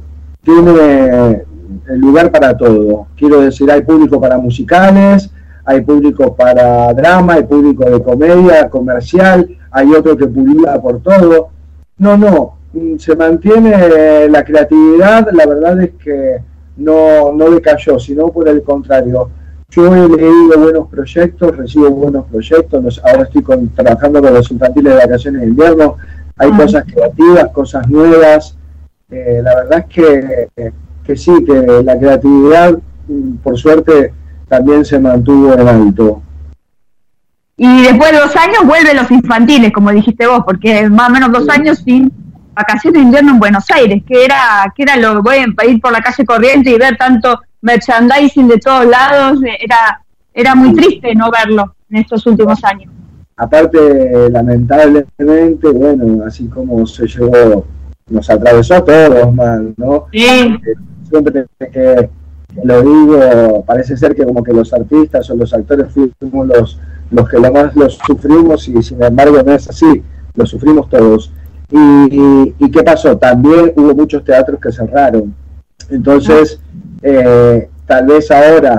tiene el lugar para todo. Quiero decir, hay público para musicales, hay público para drama, hay público de comedia, comercial, hay otro que pulula por todo. No, no, se mantiene la creatividad, la verdad es que no, no decayó, sino por el contrario. Yo he leído buenos proyectos, recibo buenos proyectos, los, ahora estoy con, trabajando con los infantiles de vacaciones de invierno, hay ah. cosas creativas, cosas nuevas, eh, la verdad es que, que sí, que la creatividad, por suerte, también se mantuvo en alto. Y después de dos años vuelven los infantiles, como dijiste vos, porque más o menos dos años sin vacaciones de invierno en Buenos Aires, que era que era lo bueno, para ir por la calle Corriente y ver tanto merchandising de todos lados, era era muy triste no verlo en estos últimos años. Aparte, lamentablemente, bueno, así como se llevó, nos atravesó a todos mal, ¿no? Sí. Eh, siempre que lo digo, parece ser que como que los artistas o los actores fuimos los, los que lo más los sufrimos, y sin embargo no es así, lo sufrimos todos. Y, y, y ¿qué pasó? También hubo muchos teatros que cerraron. Entonces, eh, tal vez ahora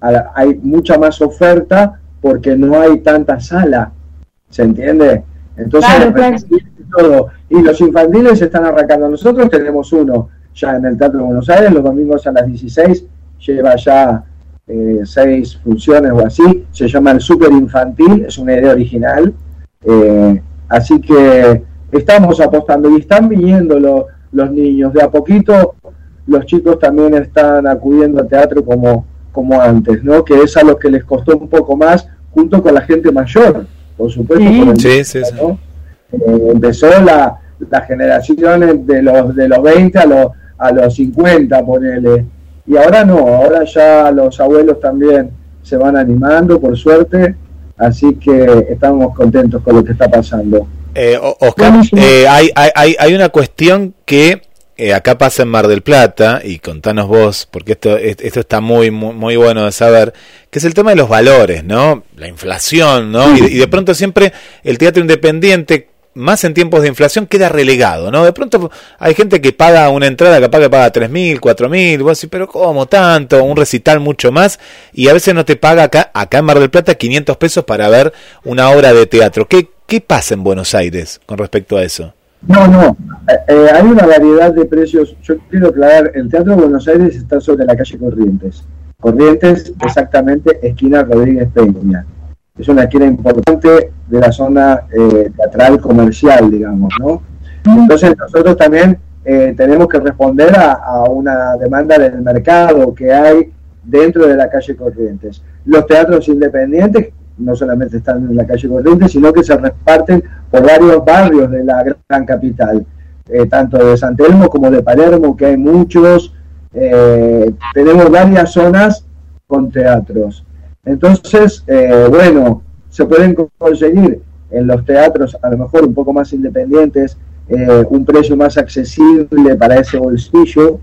a, hay mucha más oferta porque no hay tanta sala, ¿se entiende? Entonces, claro, claro. Todo. Y los infantiles están arrancando. Nosotros tenemos uno ya en el Teatro de Buenos Aires, los domingos a las dieciséis, lleva ya eh, seis funciones o así, se llama el Super Infantil, es una idea original, eh, así que estamos apostando y están viniendo lo, los niños, de a poquito los chicos también están acudiendo al teatro como, como antes, ¿no? Que es a los que les costó un poco más, junto con la gente mayor, por supuesto. Sí, por el sí, día, sí, sí. ¿no? Eh, empezó la, la generación de los de los veinte a los a los cincuenta, ponele, y ahora no, ahora ya los abuelos también se van animando, por suerte, así que estamos contentos con lo que está pasando. Eh, Oscar, eh, hay, hay, hay una cuestión que eh, acá pasa en Mar del Plata, y contanos vos, porque esto, esto está muy, muy, muy bueno de saber, que es el tema de los valores, ¿no? La inflación, ¿no? Y, y de pronto siempre el teatro independiente, más en tiempos de inflación, queda relegado, ¿no? De pronto hay gente que paga una entrada, capaz que paga tres mil, cuatro mil, vos decís, pero ¿cómo tanto? Un recital mucho más, y a veces no te paga acá, acá en Mar del Plata, quinientos pesos para ver una obra de teatro. ¿Qué, qué pasa en Buenos Aires con respecto a eso? No, no, eh, hay una variedad de precios. Yo quiero aclarar, el Teatro de Buenos Aires está sobre la calle Corrientes. Corrientes, exactamente, esquina Rodríguez Peña. Es una esquina importante de la zona eh, teatral comercial, digamos, ¿no? Entonces nosotros también eh, tenemos que responder a, a una demanda del mercado que hay dentro de la calle Corrientes. Los teatros independientes no solamente están en la calle Corrientes, sino que se reparten por varios barrios de la gran capital, eh, tanto de San Telmo como de Palermo, que hay muchos. Eh, tenemos varias zonas con teatros. Entonces, eh, bueno, se pueden conseguir en los teatros, a lo mejor un poco más independientes, eh, un precio más accesible para ese bolsillo,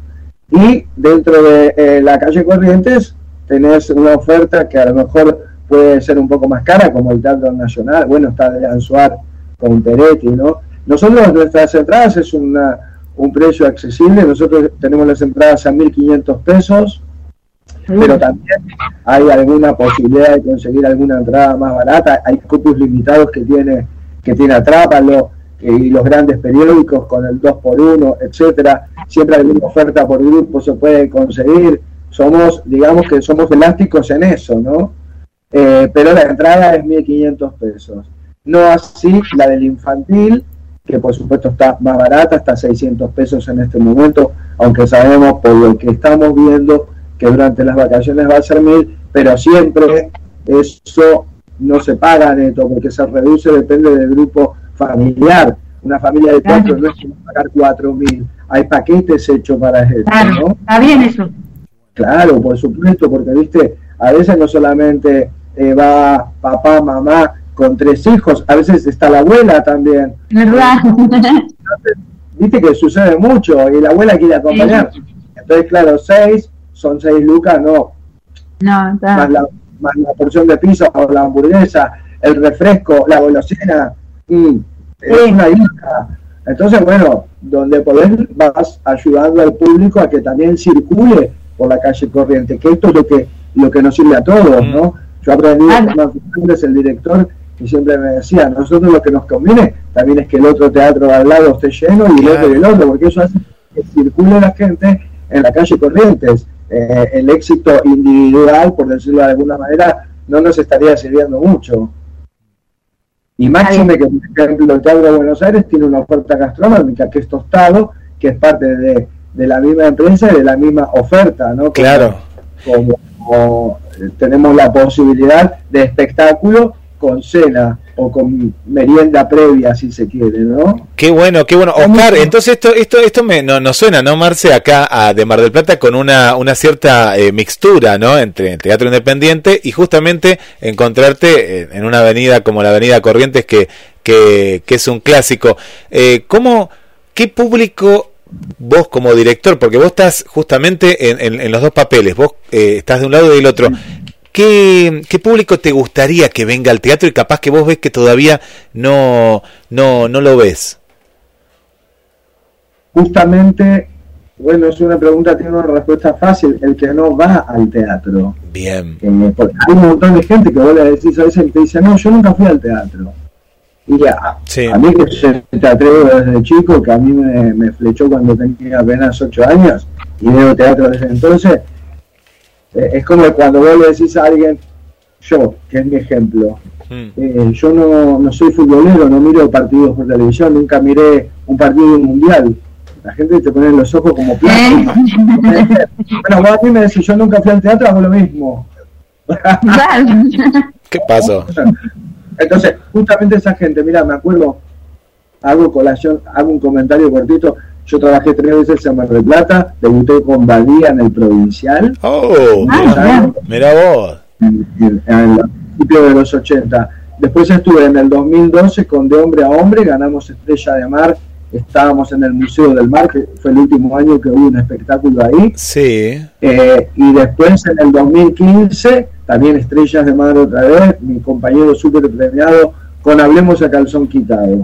y dentro de eh, la calle Corrientes tenés una oferta que a lo mejor puede ser un poco más cara, como el Teatro Nacional. Bueno, está de Ansuar con Peretti, ¿no? Nosotros, nuestras entradas es una, un precio accesible. Nosotros tenemos las entradas a mil quinientos pesos, pero también hay alguna posibilidad de conseguir alguna entrada más barata. Hay cupos limitados que tiene que tiene Atrápalo, y los grandes periódicos con el dos por uno, etcétera. Siempre alguna oferta por grupo se puede conseguir. Somos, digamos que somos elásticos en eso, ¿no? Eh, pero la entrada es mil quinientos pesos. No así la del infantil, que por supuesto está más barata, está seiscientos pesos en este momento, aunque sabemos por lo que estamos viendo que durante las vacaciones va a ser mil, pero siempre eso no se paga neto, porque se reduce, depende del grupo familiar. Una familia de cuatro no es que va a pagar cuatro mil, hay paquetes hechos para eso, claro, ¿no? Está bien eso. Claro, por supuesto, porque viste, a veces no solamente eh, va papá, mamá con tres hijos, a veces está la abuela también. ¿Verdad? Entonces, viste que sucede mucho y la abuela quiere acompañar. Sí. Entonces, claro, seis, son seis lucas, no. No, está. Más la, más la porción de pizza o la hamburguesa, el refresco, la golosina, y es sí. una isla. Entonces, bueno, donde podés vas ayudando al público a que también circule por la calle Corriente, que esto es lo que lo que nos sirve a todos, ¿no? Yo aprendí con Juan Fernández, el director, que siempre me decía, nosotros lo que nos conviene también es que el otro teatro de al lado esté lleno y el otro y el otro, porque eso hace que circule la gente en la calle Corrientes. Eh, el éxito individual, por decirlo de alguna manera, no nos estaría sirviendo mucho. Y máxime que, por ejemplo, el Teatro de Buenos Aires tiene una oferta gastronómica que es Tostado, que es parte de, de la misma empresa y de la misma oferta, ¿no? Como, claro. Como, como eh, tenemos la posibilidad de espectáculo con cena o con merienda previa, si se quiere, ¿no? Qué bueno, qué bueno. Oscar, entonces esto esto esto me no, nos suena, ¿no, Marce? Acá a, de Mar del Plata con una una cierta eh, mixtura, ¿no? Entre teatro independiente y justamente encontrarte en, en una avenida como la Avenida Corrientes, que que, que es un clásico. Eh, ¿Cómo, qué público vos como director, porque vos estás justamente en, en, en los dos papeles, vos eh, estás de un lado y del otro, ¿qué, qué público te gustaría que venga al teatro y capaz que vos ves que todavía no, no, no lo ves? Justamente Bueno, es una pregunta, tiene una respuesta fácil, el que no va al teatro. Bien. Eh, porque hay un montón de gente que vos le decís a veces que te dice, no, yo nunca fui al teatro. Y ya, sí. A mí que yo te atrevo desde chico, que a mí me, me flechó cuando tenía apenas ocho años, y veo teatro desde entonces, eh, es como cuando vos le decís a alguien, yo, que es mi ejemplo, mm. eh, yo no, no soy futbolero, no miro partidos por televisión, nunca miré un partido mundial. La gente te pone los ojos como plásticos. Bueno, vos a mí me decís, yo nunca fui al teatro, hago lo mismo. ¿Qué pasó? Entonces, justamente esa gente, mira, me acuerdo, hago colación, hago un comentario cortito. Yo trabajé tres veces en Mar del Plata, debuté con Badía en el Provincial. Oh, mira, mira vos. En, en, en el principio de los ochenta. Después estuve en el dos mil doce con De Hombre a Hombre, ganamos Estrella de Mar. Estábamos en el Museo del Mar, que fue el último año que hubo un espectáculo ahí. Sí. Eh, y después en el dos mil quince, también Estrellas de Mar otra vez, mi compañero súper premiado, con Hablemos a Calzón Quitado.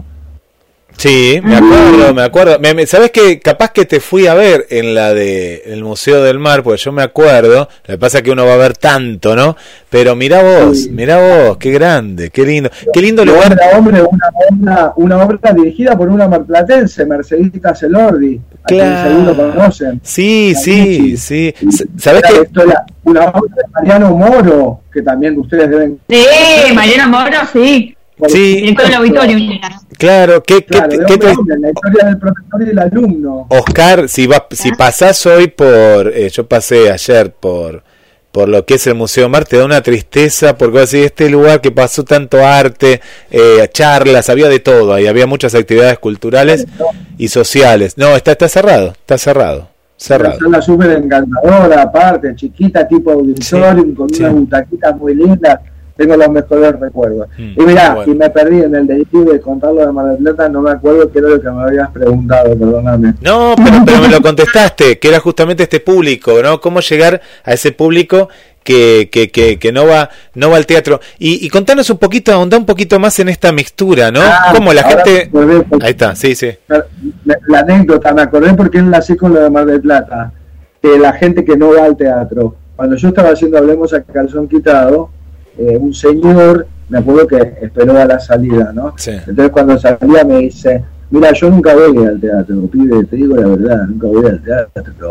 Sí, me acuerdo, me acuerdo. Me, me, ¿Sabés que capaz que te fui a ver en la de el Museo del Mar? Porque yo me acuerdo. Lo que pasa es que uno va a ver tanto, ¿no? Pero mirá vos, sí. mirá vos, qué grande, qué lindo, qué lindo lugar. Hombre, hombre, una, una, una obra dirigida por una marplatense, Mercedita Celordi. Claro. Seguro conocen. Sí, sí, sí. ¿Sabés que historia, una obra de Mariano Moro, que también ustedes deben. Sí, Mariano Moro, sí. Sí, el auditorio. Claro, ¿qué, claro, qué, de qué te... la historia del profesor y del alumno. Oscar, si vas, si pasás hoy por, eh, yo pasé ayer por, por lo que es el Museo Mar, te da una tristeza porque así este lugar que pasó tanto arte, eh, charlas, había de todo, ahí había muchas actividades culturales y sociales. No, está, está cerrado, está cerrado. Cerrado. Una súper encantadora, aparte, chiquita, tipo auditorium, sí, con sí. unas butaquitas muy lindas. Tengo los mejores recuerdos. Mm, y mirá, bueno. y me perdí en el dedictivo de contarlo de Mar del Plata, no me acuerdo qué era lo que me habías preguntado, perdóname. No, pero, pero me lo contestaste, que era justamente este público, ¿no? Cómo llegar a ese público que, que, que, que no va no va al teatro. Y, y contanos un poquito, ahondá un poquito más en esta mixtura, ¿no? Ah, Cómo la gente... Ahí está, sí, sí. La, la anécdota, me acordé porque él nací con lo de Mar del Plata, que la gente que no va al teatro. Cuando yo estaba haciendo Hablemos a Calzón Quitado, Eh, un señor, me acuerdo que esperó a la salida, ¿no? Sí. Entonces cuando salía me dice, mira, yo nunca voy al teatro, pibe, te digo la verdad, nunca voy al teatro.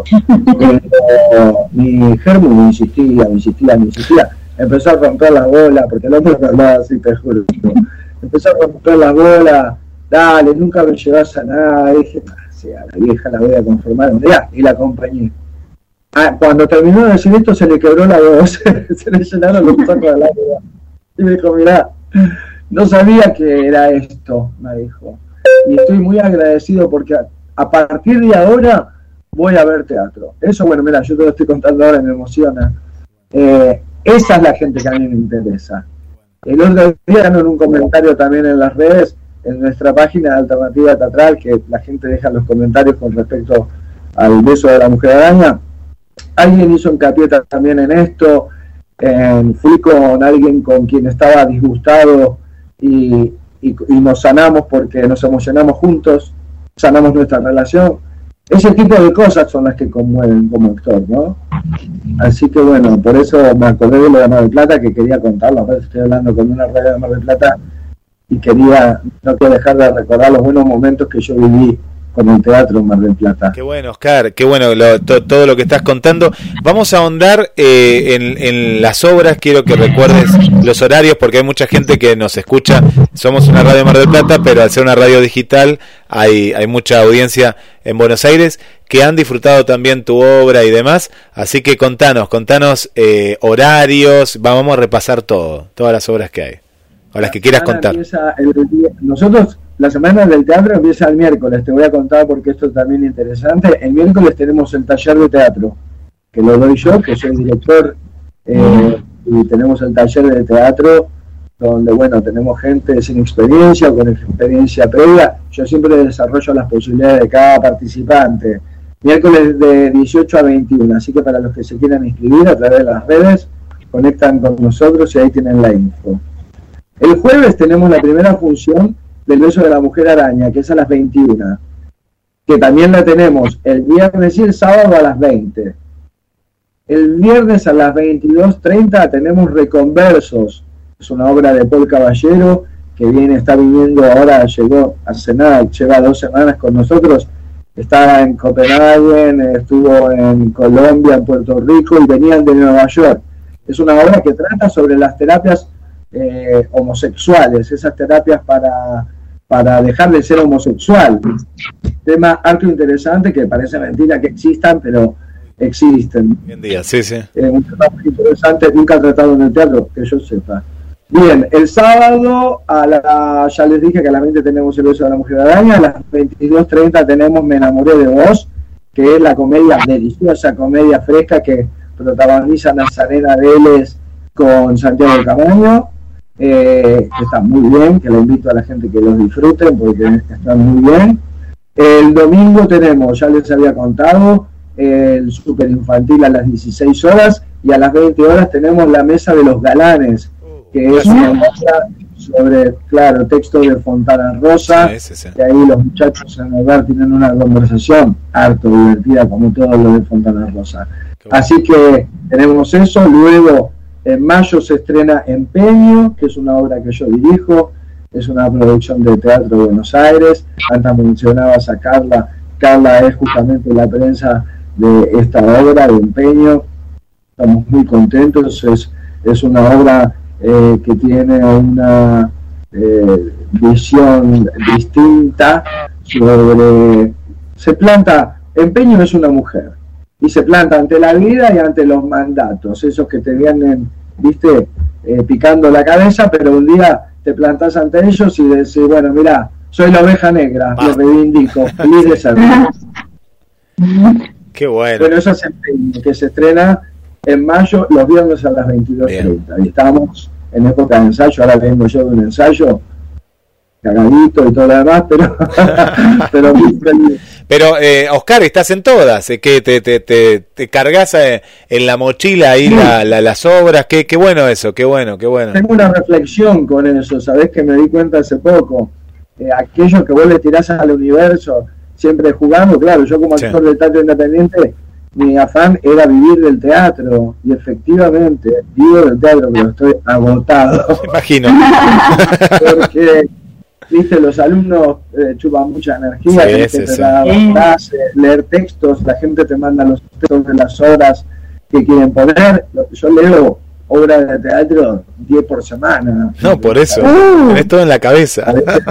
Pero mi germo me insistía, me insistía, me insistía, empezó a romper la bola, porque el hombre me hablaba así, te juro. Empezó a romper la bola, dale, nunca me llevas a nada, y dije, ah, sí, a la vieja la voy a conformar un día, y la acompañé. Ah, cuando terminó de decir esto se le quebró la voz, se le llenaron los ojos de lágrimas. Y me dijo, mirá, no sabía que era esto, me dijo. Y estoy muy agradecido porque a, a partir de ahora voy a ver teatro. Eso, bueno, mira, yo te lo estoy contando ahora y me emociona. Eh, esa es la gente que a mí me interesa. El otro día, en un comentario también en las redes, en nuestra página de Alternativa Teatral, que la gente deja los comentarios con respecto al beso de la mujer araña, alguien hizo hincapié también en esto. Eh, fui con alguien con quien estaba disgustado y, y, y nos sanamos porque nos emocionamos juntos, sanamos nuestra relación. Ese tipo de cosas son las que conmueven como actor, ¿no? Así que bueno, por eso me acordé de lo de Mar del Plata, que quería contarlo. A veces estoy hablando con una radio de Mar del Plata y quería, no quiero dejar de recordar los buenos momentos que yo viví con el teatro en Mar del Plata. Qué bueno, Oscar, qué bueno lo, to, todo lo que estás contando. Vamos a ahondar eh, en, en las obras. Quiero que recuerdes los horarios porque hay mucha gente que nos escucha. Somos una radio de Mar del Plata, pero al ser una radio digital hay, hay mucha audiencia en Buenos Aires que han disfrutado también tu obra y demás. Así que contanos, contanos eh, horarios. Vamos a repasar todo, todas las obras que hay, o las que quieras contar. El día, nosotros la semana del teatro empieza el miércoles, te voy a contar porque esto es también interesante. El miércoles tenemos el taller de teatro, que lo doy yo, que soy director, eh, y tenemos el taller de teatro, donde, bueno, tenemos gente sin experiencia o con experiencia previa. Yo siempre desarrollo las posibilidades de cada participante. Miércoles de dieciocho a veintiuno, así que para los que se quieran inscribir a través de las redes, conectan con nosotros y ahí tienen la info. El jueves tenemos la primera función del beso de la mujer araña, que es a las veintiuna. que también la tenemos el viernes y el sábado a las veinte. El viernes a las veintidós treinta tenemos Reconversos, es una obra de Paul Caballero, que viene, está viniendo ahora, llegó hace nada, lleva dos semanas con nosotros, estaba en Copenhague, estuvo en Colombia, en Puerto Rico y venían de Nueva York. Es una obra que trata sobre las terapias eh, homosexuales, esas terapias para, para dejar de ser homosexual. Tema harto interesante que parece mentira que existan, pero existen. Hoy en día, sí, sí. Eh, un tema muy interesante, nunca tratado en el teatro, que yo sepa. Bien, el sábado, a la, ya les dije que a las veinte tenemos El beso de la mujer araña, a las veintidós treinta tenemos Me enamoré de vos, que es la comedia, deliciosa comedia fresca que protagoniza Nazarena Vélez con Santiago Camaño, eh, que está muy bien, que le invito a la gente que los disfruten porque están muy bien. El domingo tenemos, ya les había contado, el super infantil a las dieciséis horas y a las veinte horas tenemos La mesa de los galanes, que es una obra sobre, claro, texto de Fontana Rosa, sí, sí, sí. Y ahí los muchachos en el hogar tienen una conversación harto divertida como todo lo de Fontana Rosa. Bueno. Así que tenemos eso. Luego en mayo se estrena Empeño, que es una obra que yo dirijo, es una producción de Teatro de Buenos Aires. Antes mencionabas a Carla, Carla es justamente la prensa de esta obra de Empeño. Estamos muy contentos, es, es una obra Eh, que tiene una eh, visión distinta sobre, se planta, Empeño es una mujer y se planta ante la vida y ante los mandatos, esos que te vienen, viste, eh, picando la cabeza, pero un día te plantas ante ellos y decís, bueno, mira, soy la oveja negra, lo reivindico, feliz de ser. Qué bueno. Pero eso es Empeño, que se estrena en mayo, los viernes a las veintidós treinta. Y estamos en época de ensayo, ahora vengo yo de un ensayo, cagadito y todo lo demás, pero, pero muy feliz. Pero, eh, Oscar, estás en todas, eh, que te, te, te, te cargas eh, en la mochila ahí sí. la, la, las obras, qué, qué bueno eso, qué bueno, qué bueno. Tengo una reflexión con eso, sabés que me di cuenta hace poco, eh, aquello que vos le tirás al universo, siempre jugando, claro, yo como actor sí. de teatro independiente, mi afán era vivir del teatro, y efectivamente vivo del teatro, pero estoy agotado. Me imagino. Porque, viste, los alumnos eh, chupan mucha energía, sí, sí, te sí. da clase, leer textos, la gente te manda los textos de las obras que quieren poner. Yo leo obras de teatro diez por semana. No, por eso, uh, tenés todo en la cabeza.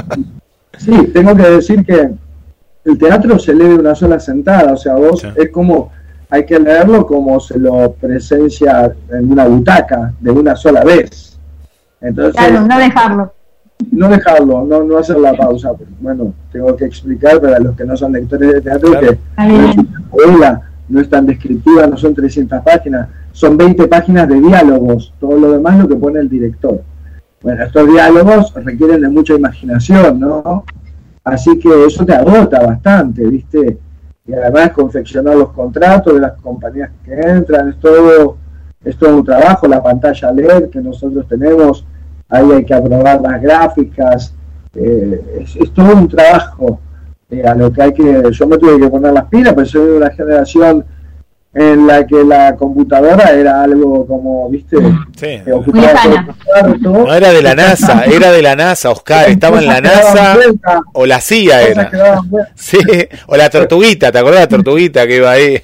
Sí, tengo que decir que el teatro se lee de una sola sentada, o sea, vos sí. es como... hay que leerlo como se lo presencia en una butaca, de una sola vez. Entonces, claro, no dejarlo. No dejarlo, no, no hacer la pausa. Bueno, tengo que explicar para los que no son lectores de teatro claro. que no es una novela, no es tan descriptiva, no son trescientas páginas, son veinte páginas de diálogos, todo lo demás lo que pone el director. Bueno, estos diálogos requieren de mucha imaginación, ¿no? Así que eso te agota bastante, ¿viste? Y además confeccionar los contratos de las compañías que entran, es todo, es todo un trabajo, la pantalla L E D que nosotros tenemos, ahí hay que aprobar las gráficas, eh, es, es todo un trabajo, eh, a lo que hay que, yo me tuve que poner las pilas, pero soy de una generación en la que la computadora era algo como, viste, sí. que ocupaba todo el cuarto. No era de la NASA, era de la NASA, Oscar, estaba en la NASA, o la C I A era. Sí, o la tortuguita, ¿te acordás de la tortuguita que iba ahí?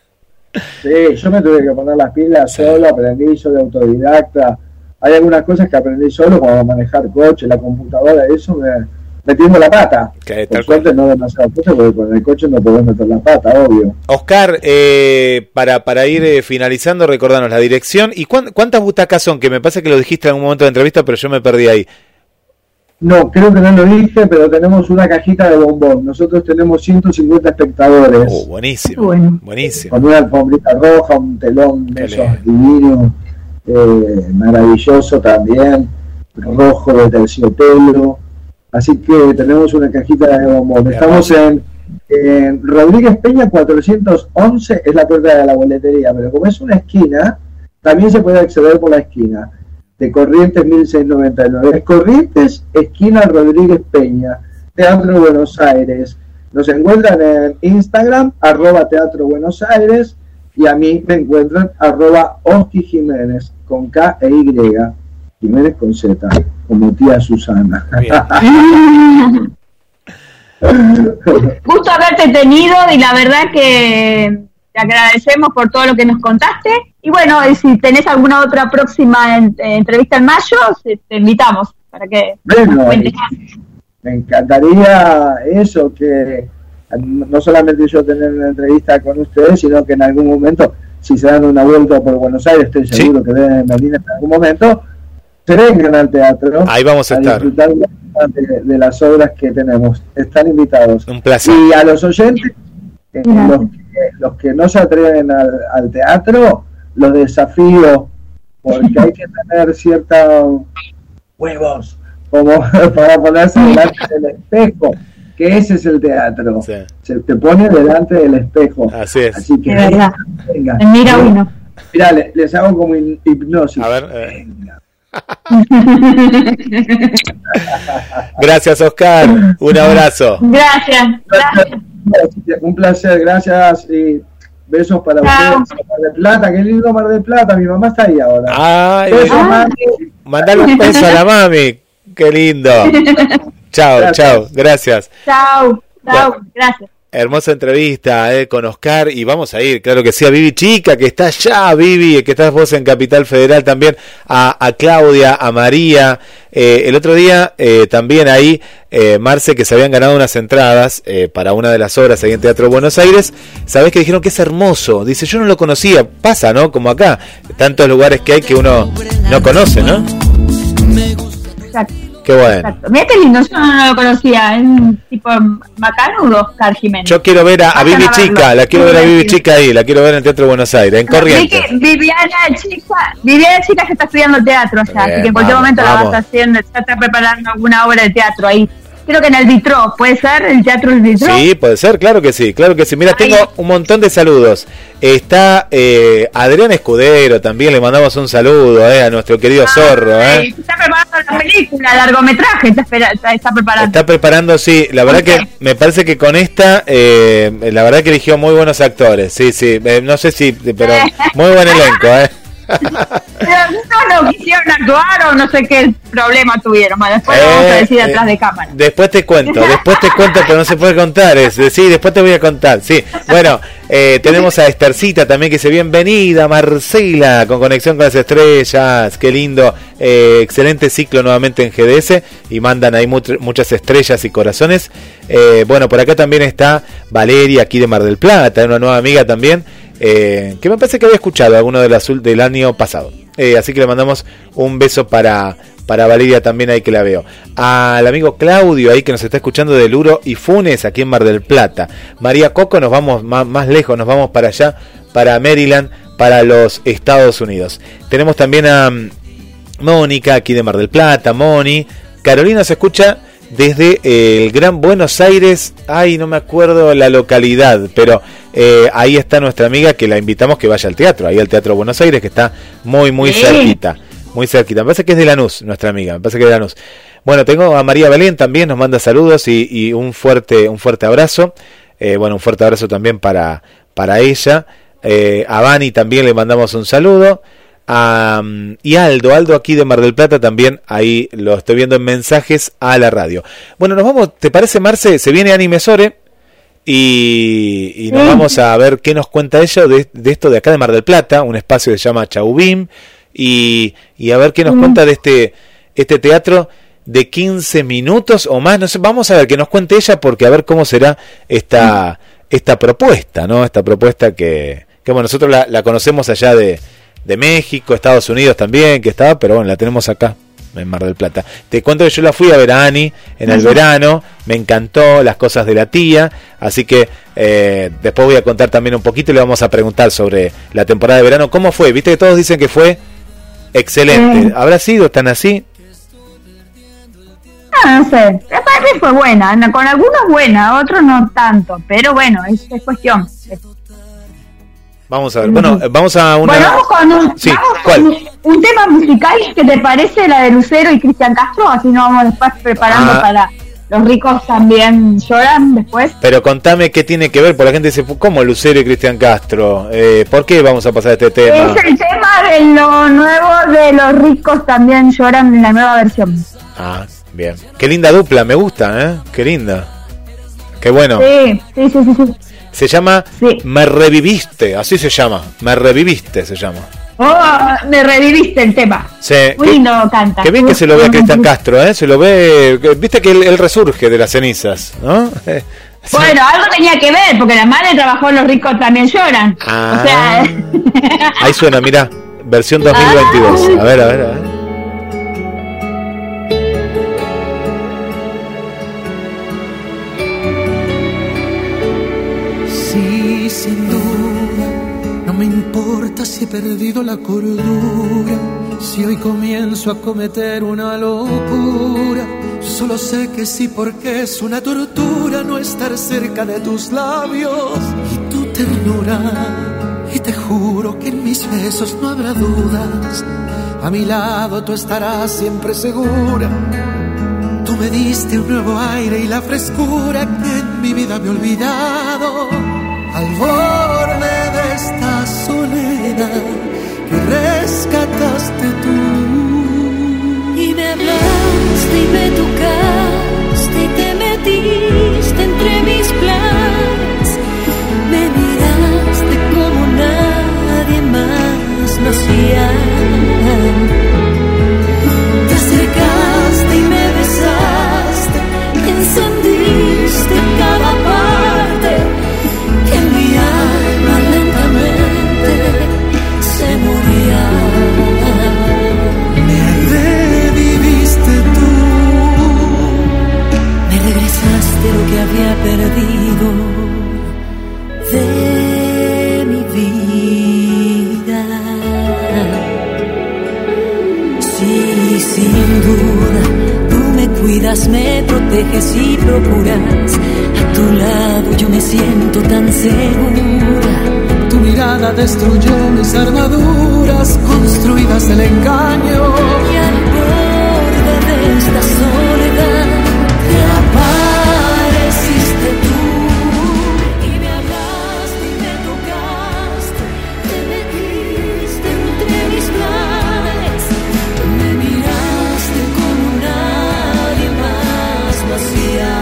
Sí, yo me tuve que poner las pilas solo, aprendí, soy autodidacta. Hay algunas cosas que aprendí solo, como manejar coche, la computadora, eso me... metiendo la pata. Okay, por suerte cual. No demasiado fuerte, porque con el coche no podés meter la pata, obvio. Oscar, eh, para, para ir eh, finalizando, recordanos la dirección y cuán, cuántas butacas son, que me pasa que lo dijiste en algún momento de entrevista, pero yo me perdí ahí. No, creo que no lo dije, pero tenemos una cajita de bombón. Nosotros tenemos ciento cincuenta espectadores. Oh, buenísimo, bueno. buenísimo. Con una alfombrita roja, un telón de esos divinos, eh, maravilloso también, rojo de terciopelo. Así que tenemos una cajita de bombón. Estamos en, en Rodríguez Peña cuatrocientos once, es la puerta de la boletería, pero como es una esquina, también se puede acceder por la esquina de Corrientes mil seiscientos noventa y nueve. Es Corrientes, esquina Rodríguez Peña, Teatro Buenos Aires. Nos encuentran en Instagram, arroba Teatro Buenos Aires, y a mí me encuentran arroba Oski Jiménez, con K e Y, Jiménez con Z, como tía Susana. Gusto haberte tenido, y la verdad que te agradecemos por todo lo que nos contaste. Y bueno, si tenés alguna otra próxima en, eh, entrevista en mayo, te invitamos para que bueno, nos cuentes. Me encantaría eso, que no solamente yo tener una entrevista con ustedes, sino que en algún momento, si se dan una vuelta por Buenos Aires, estoy seguro sí. que deben venir en algún momento, se vengan al teatro. Ahí vamos a, a estar. Disfrutar de, de las obras que tenemos. Están invitados. Un placer. Y a los oyentes, eh, los, que, los que no se atreven al, al teatro, los desafío, porque hay que tener ciertos huevos como para ponerse delante del espejo, que ese es el teatro. Sí. Se te pone delante del espejo. Así es. Así que venga, venga. Mira uno. Mira, les, les hago como hipnosis. A ver. Eh. Gracias, Oscar. Un abrazo. Gracias. Gracias. Un placer, gracias y besos para Chao. Ustedes. Mar del Plata, qué lindo Mar del Plata. Mi mamá está ahí ahora. Ay, besos, mami. Mandale un beso a la mami. Qué lindo. Chao, chao. Gracias. Chao, chao. Bueno, gracias. Hermosa entrevista eh, con Oscar, y vamos a ir, claro que sí, a Vivi Chica, que está allá, Vivi, que estás vos en Capital Federal también, a, a Claudia, a María. Eh, el otro día eh, también ahí, eh, Marce, que se habían ganado unas entradas eh, para una de las obras ahí en Teatro Buenos Aires. Sabés que dijeron que es hermoso. Dice, yo no lo conocía. Pasa, ¿no? Como acá, tantos lugares que hay que uno no conoce, ¿no? Exacto. Qué bueno. Exacto. Mira qué lindo, yo no lo conocía. Es un tipo macanudo, Oscar Jiménez. Yo quiero ver a, a Vivi Chica, la quiero ver a Vivi Chica ahí, la quiero ver en el Teatro Buenos Aires, en Corrientes. Viviana Chica, Viviana Chica se está estudiando teatro allá, bien, así que en cualquier momento vamos. La vas haciendo, ya está preparando alguna obra de teatro ahí. Creo que en el Vitró, ¿puede ser? ¿El Teatro del Vitró? Sí, puede ser, claro que sí, claro que sí. Mira, tengo un montón de saludos. Está eh, Adrián Escudero, también le mandamos un saludo eh, a nuestro querido ah, Zorro. Eh. Está preparando la película, largometraje, está, espera, está, está preparando. Está preparando, sí. La verdad okay. que me parece que con esta, eh, la verdad que eligió muy buenos actores. Sí, sí, eh, no sé si, pero muy buen elenco, ¿eh? No, no quisieron actuar o no sé qué problema tuvieron. Después eh, vamos a decir eh, atrás de cámara. Después te cuento, después te cuento, pero no se puede contar. Es, sí, después te voy a contar. Sí, bueno, eh, tenemos a Estercita también que dice bienvenida, Marcela, con Conexión con las Estrellas. Qué lindo, eh, excelente ciclo nuevamente en G D S y mandan ahí much- muchas estrellas y corazones. Eh, bueno, por acá también está Valeria, aquí de Mar del Plata, una nueva amiga también. Eh, que me parece que había escuchado alguno del azul del año pasado, eh, así que le mandamos un beso para, para Valeria también ahí que la veo, al amigo Claudio ahí que nos está escuchando de Luro y Funes aquí en Mar del Plata. María Coco, nos vamos más, más lejos, nos vamos para allá, para Maryland, para los Estados Unidos. Tenemos también a um, Mónica aquí de Mar del Plata, Moni. Carolina se escucha desde eh, el Gran Buenos Aires, ay, no me acuerdo la localidad, pero eh, ahí está nuestra amiga que la invitamos que vaya al teatro, ahí al Teatro Buenos Aires, que está muy, muy sí. cerquita, muy cerquita. Me parece que es de Lanús, nuestra amiga, me parece que es de Lanús. Bueno, tengo a María Belén también, nos manda saludos y, y un fuerte un fuerte abrazo, eh, bueno, un fuerte abrazo también para, para ella. Eh, a Vani también le mandamos un saludo. Um, y Aldo, Aldo aquí de Mar del Plata también, ahí lo estoy viendo en mensajes a la radio. Bueno, nos vamos, ¿te parece, Marce? Se viene Ani Mesore y, y nos sí. vamos a ver qué nos cuenta ella de, de esto de acá de Mar del Plata, un espacio que se llama Chaubim, y, y a ver qué nos mm. cuenta de este, este teatro de quince minutos o más, no sé, vamos a ver qué nos cuente ella, porque a ver cómo será esta, mm. esta propuesta, ¿no? Esta propuesta que, que bueno, nosotros la, la conocemos allá de de México, Estados Unidos también, que estaba, pero bueno, la tenemos acá en Mar del Plata. Te cuento que yo la fui a ver a Ani en el uh-huh. verano, me encantó Las cosas de la tía, así que eh, después voy a contar también un poquito y le vamos a preguntar sobre la temporada de verano, cómo fue, viste que todos dicen que fue excelente, uh-huh. ¿habrá sido tan así? No, no sé, para mí fue buena, con algunos buena, otros no tanto, pero bueno, es, es cuestión. Vamos a ver, bueno, vamos a una... Bueno, vamos con un, sí, vamos ¿cuál? Con un tema musical que te parece la de Lucero y Cristian Castro, así nos vamos después preparando ah. para los ricos también lloran después. Pero contame qué tiene que ver, porque la gente dice, ¿cómo Lucero y Cristian Castro? Eh, ¿Por qué vamos a pasar este tema? Es el tema de lo nuevo de los ricos también lloran en la nueva versión. Ah, bien. Qué linda dupla, me gusta, ¿eh? Qué linda. Qué bueno. Sí, sí, sí, sí. sí. Se llama sí. Me Reviviste, así se llama. Me Reviviste se llama. Oh, me reviviste el tema. Sí. Muy lindo canta. Qué bien que se lo ve a Cristian Castro, ¿eh? Se lo ve... Viste que él, él resurge de las cenizas, ¿no? Bueno, algo tenía que ver, porque la madre trabajó en Los ricos también lloran. Ah, o sea... ahí suena, mirá. Versión dos mil veintidós. A ver, a ver, a ver. Sí, sin duda. No me importa si he perdido la cordura, si hoy comienzo a cometer una locura. Solo sé que sí, porque es una tortura no estar cerca de tus labios y tu ternura. Y te juro que en mis besos no habrá dudas. A mi lado tú estarás siempre segura. Tú me diste un nuevo aire y la frescura que en mi vida me he olvidado. Al borde de esta soledad que rescataste tú. Y me hablaste y me tocaste y te metiste entre mis planes. Me miraste como nadie más lo hacía. Te acercaste y me besaste y encendiste cada parte. En mi alma lentamente se moría. Me reviviste tú. Me regresaste lo que había perdido de mi vida. Sí, sin duda, tú me cuidas, me proteges y procuras. A tu lado yo me siento tan segura. Tu mirada destruyó mis armaduras construidas del engaño. Y al borde de esta soledad te apareciste tú. Y me hablaste y me tocaste, te metiste entre mis planes. Me miraste como nadie más lo hacía.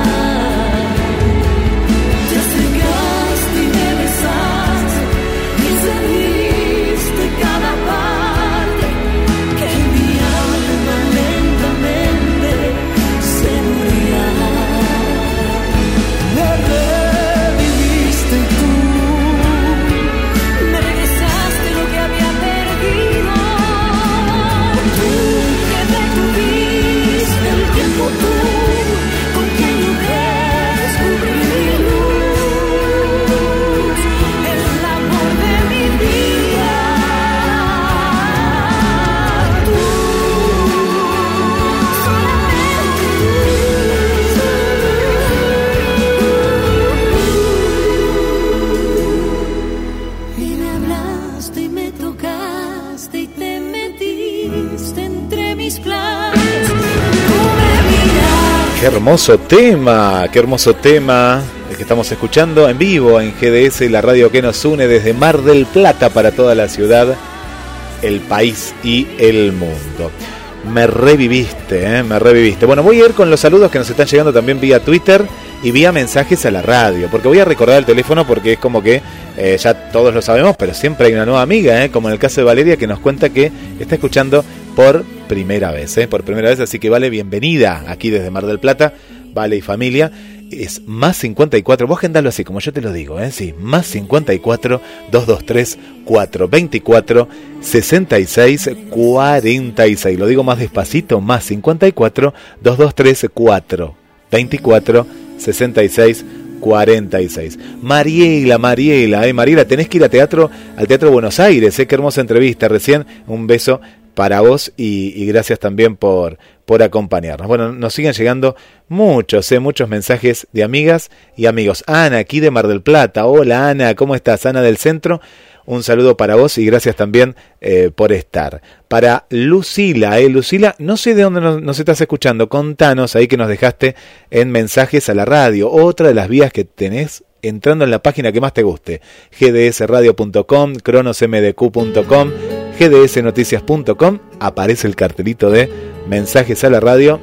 Cada parte que en mi alma lentamente se moría. Me reviviste tú. Me regresaste lo que había perdido. Tú que detuviste el tiempo, tú con quien yo descubrí mi luz, el amor de mi vida. Qué hermoso tema, qué hermoso tema el que estamos escuchando en vivo en G D S, la radio que nos une desde Mar del Plata para toda la ciudad, el país y el mundo. Me reviviste, ¿eh? me reviviste. Bueno, voy a ir con los saludos que nos están llegando también vía Twitter y vía mensajes a la radio, porque voy a recordar el teléfono porque es como que eh, ya todos lo sabemos, pero siempre hay una nueva amiga, ¿eh? como en el caso de Valeria, que nos cuenta que está escuchando por primera vez, ¿eh? por primera vez, así que Vale, bienvenida aquí desde Mar del Plata, Vale y familia. Es más cincuenta y cuatro, vos agendalo así como yo te lo digo, ¿eh? sí, más cincuenta y cuatro, doscientos veintitrés, cuatrocientos veinticuatro, sesenta y seis, cuarenta y seis, lo digo más despacito, más cincuenta y cuatro, doscientos veintitrés, cuatrocientos veinticuatro, sesenta y seis, cuarenta y seis. Mariela, Mariela, eh, Mariela, tenés que ir a teatro, al Teatro Buenos Aires, eh, qué hermosa entrevista recién, un beso para vos y, y gracias también por, por acompañarnos. Bueno, nos siguen llegando muchos, eh, muchos mensajes de amigas y amigos. Ana, aquí de Mar del Plata. Hola Ana, ¿cómo estás? Ana del Centro. un saludo para vos y gracias también eh, por estar. Para Lucila, eh, Lucila, no sé de dónde nos, nos estás escuchando, contanos ahí que nos dejaste en mensajes a la radio, otra de las vías que tenés entrando en la página que más te guste, g d s radio punto com, cronos m d q punto com, g d s noticias punto com, aparece el cartelito de mensajes a la radio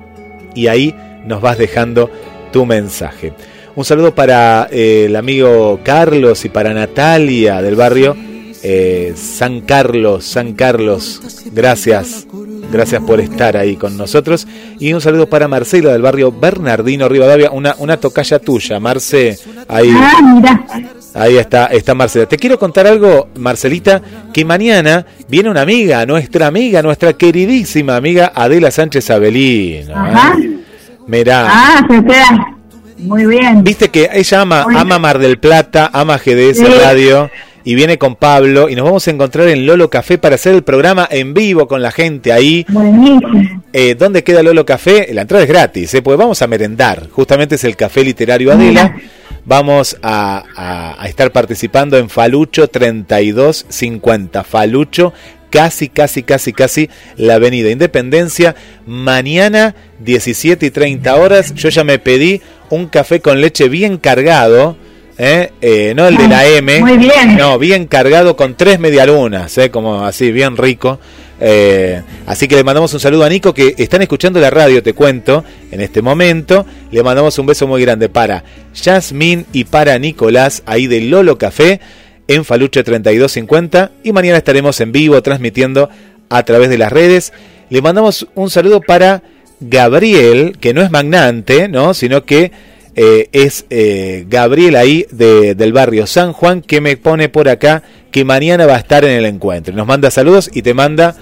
y ahí nos vas dejando tu mensaje. Un saludo para eh, el amigo Carlos y para Natalia del barrio eh, San Carlos, San Carlos, gracias, gracias por estar ahí con nosotros. Y un saludo para Marcela del barrio Bernardino Rivadavia, una, una tocaya tuya, Marce, ahí, ah, mira. ahí está, está Marcela. Te quiero contar algo, Marcelita, que mañana viene una amiga, nuestra amiga, nuestra queridísima amiga Adela Sánchez Abelino. Ajá. ¿eh? Mirá. Ah, se queda. Muy bien. Viste que ella ama, ama Mar del Plata, ama G D S sí. Radio y viene con Pablo y nos vamos a encontrar en Lolo Café para hacer el programa en vivo con la gente ahí. Buenísimo. Eh, ¿Dónde queda Lolo Café? La entrada es gratis, ¿eh? Pues vamos a merendar. Justamente es el Café Literario Adela. Vamos a, a, a estar participando en Falucho treinta y dos cincuenta. Falucho, casi, casi, casi, casi la Avenida Independencia. Mañana, diecisiete y treinta horas. Yo ya me pedí un café con leche bien cargado, ¿eh? Eh, no el de la M, muy bien. No, bien cargado con tres medialunas, ¿eh? Como así, bien rico. Eh, así que le mandamos un saludo a Nico, que están escuchando la radio, te cuento, en este momento. Le mandamos un beso muy grande para Yasmín y para Nicolás, ahí de Lolo Café, en Faluche treinta y dos cincuenta. Y mañana estaremos en vivo transmitiendo a través de las redes. Le mandamos un saludo para Gabriel, que no es magnante, ¿no? Sino que eh, es eh, Gabriel ahí de, del barrio San Juan, que me pone por acá que mañana va a estar en el encuentro. Nos manda saludos y te manda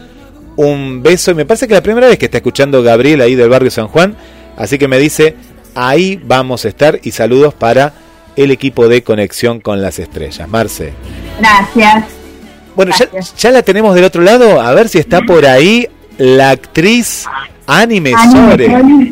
un beso. Y me parece que es la primera vez que está escuchando Gabriel ahí del barrio San Juan. Así que me dice, ahí vamos a estar. Y saludos para el equipo de Conexión con las Estrellas. Marce. Gracias. Bueno, Gracias. Ya, ya la tenemos del otro lado. A ver si está por ahí la actriz Ani Mesores.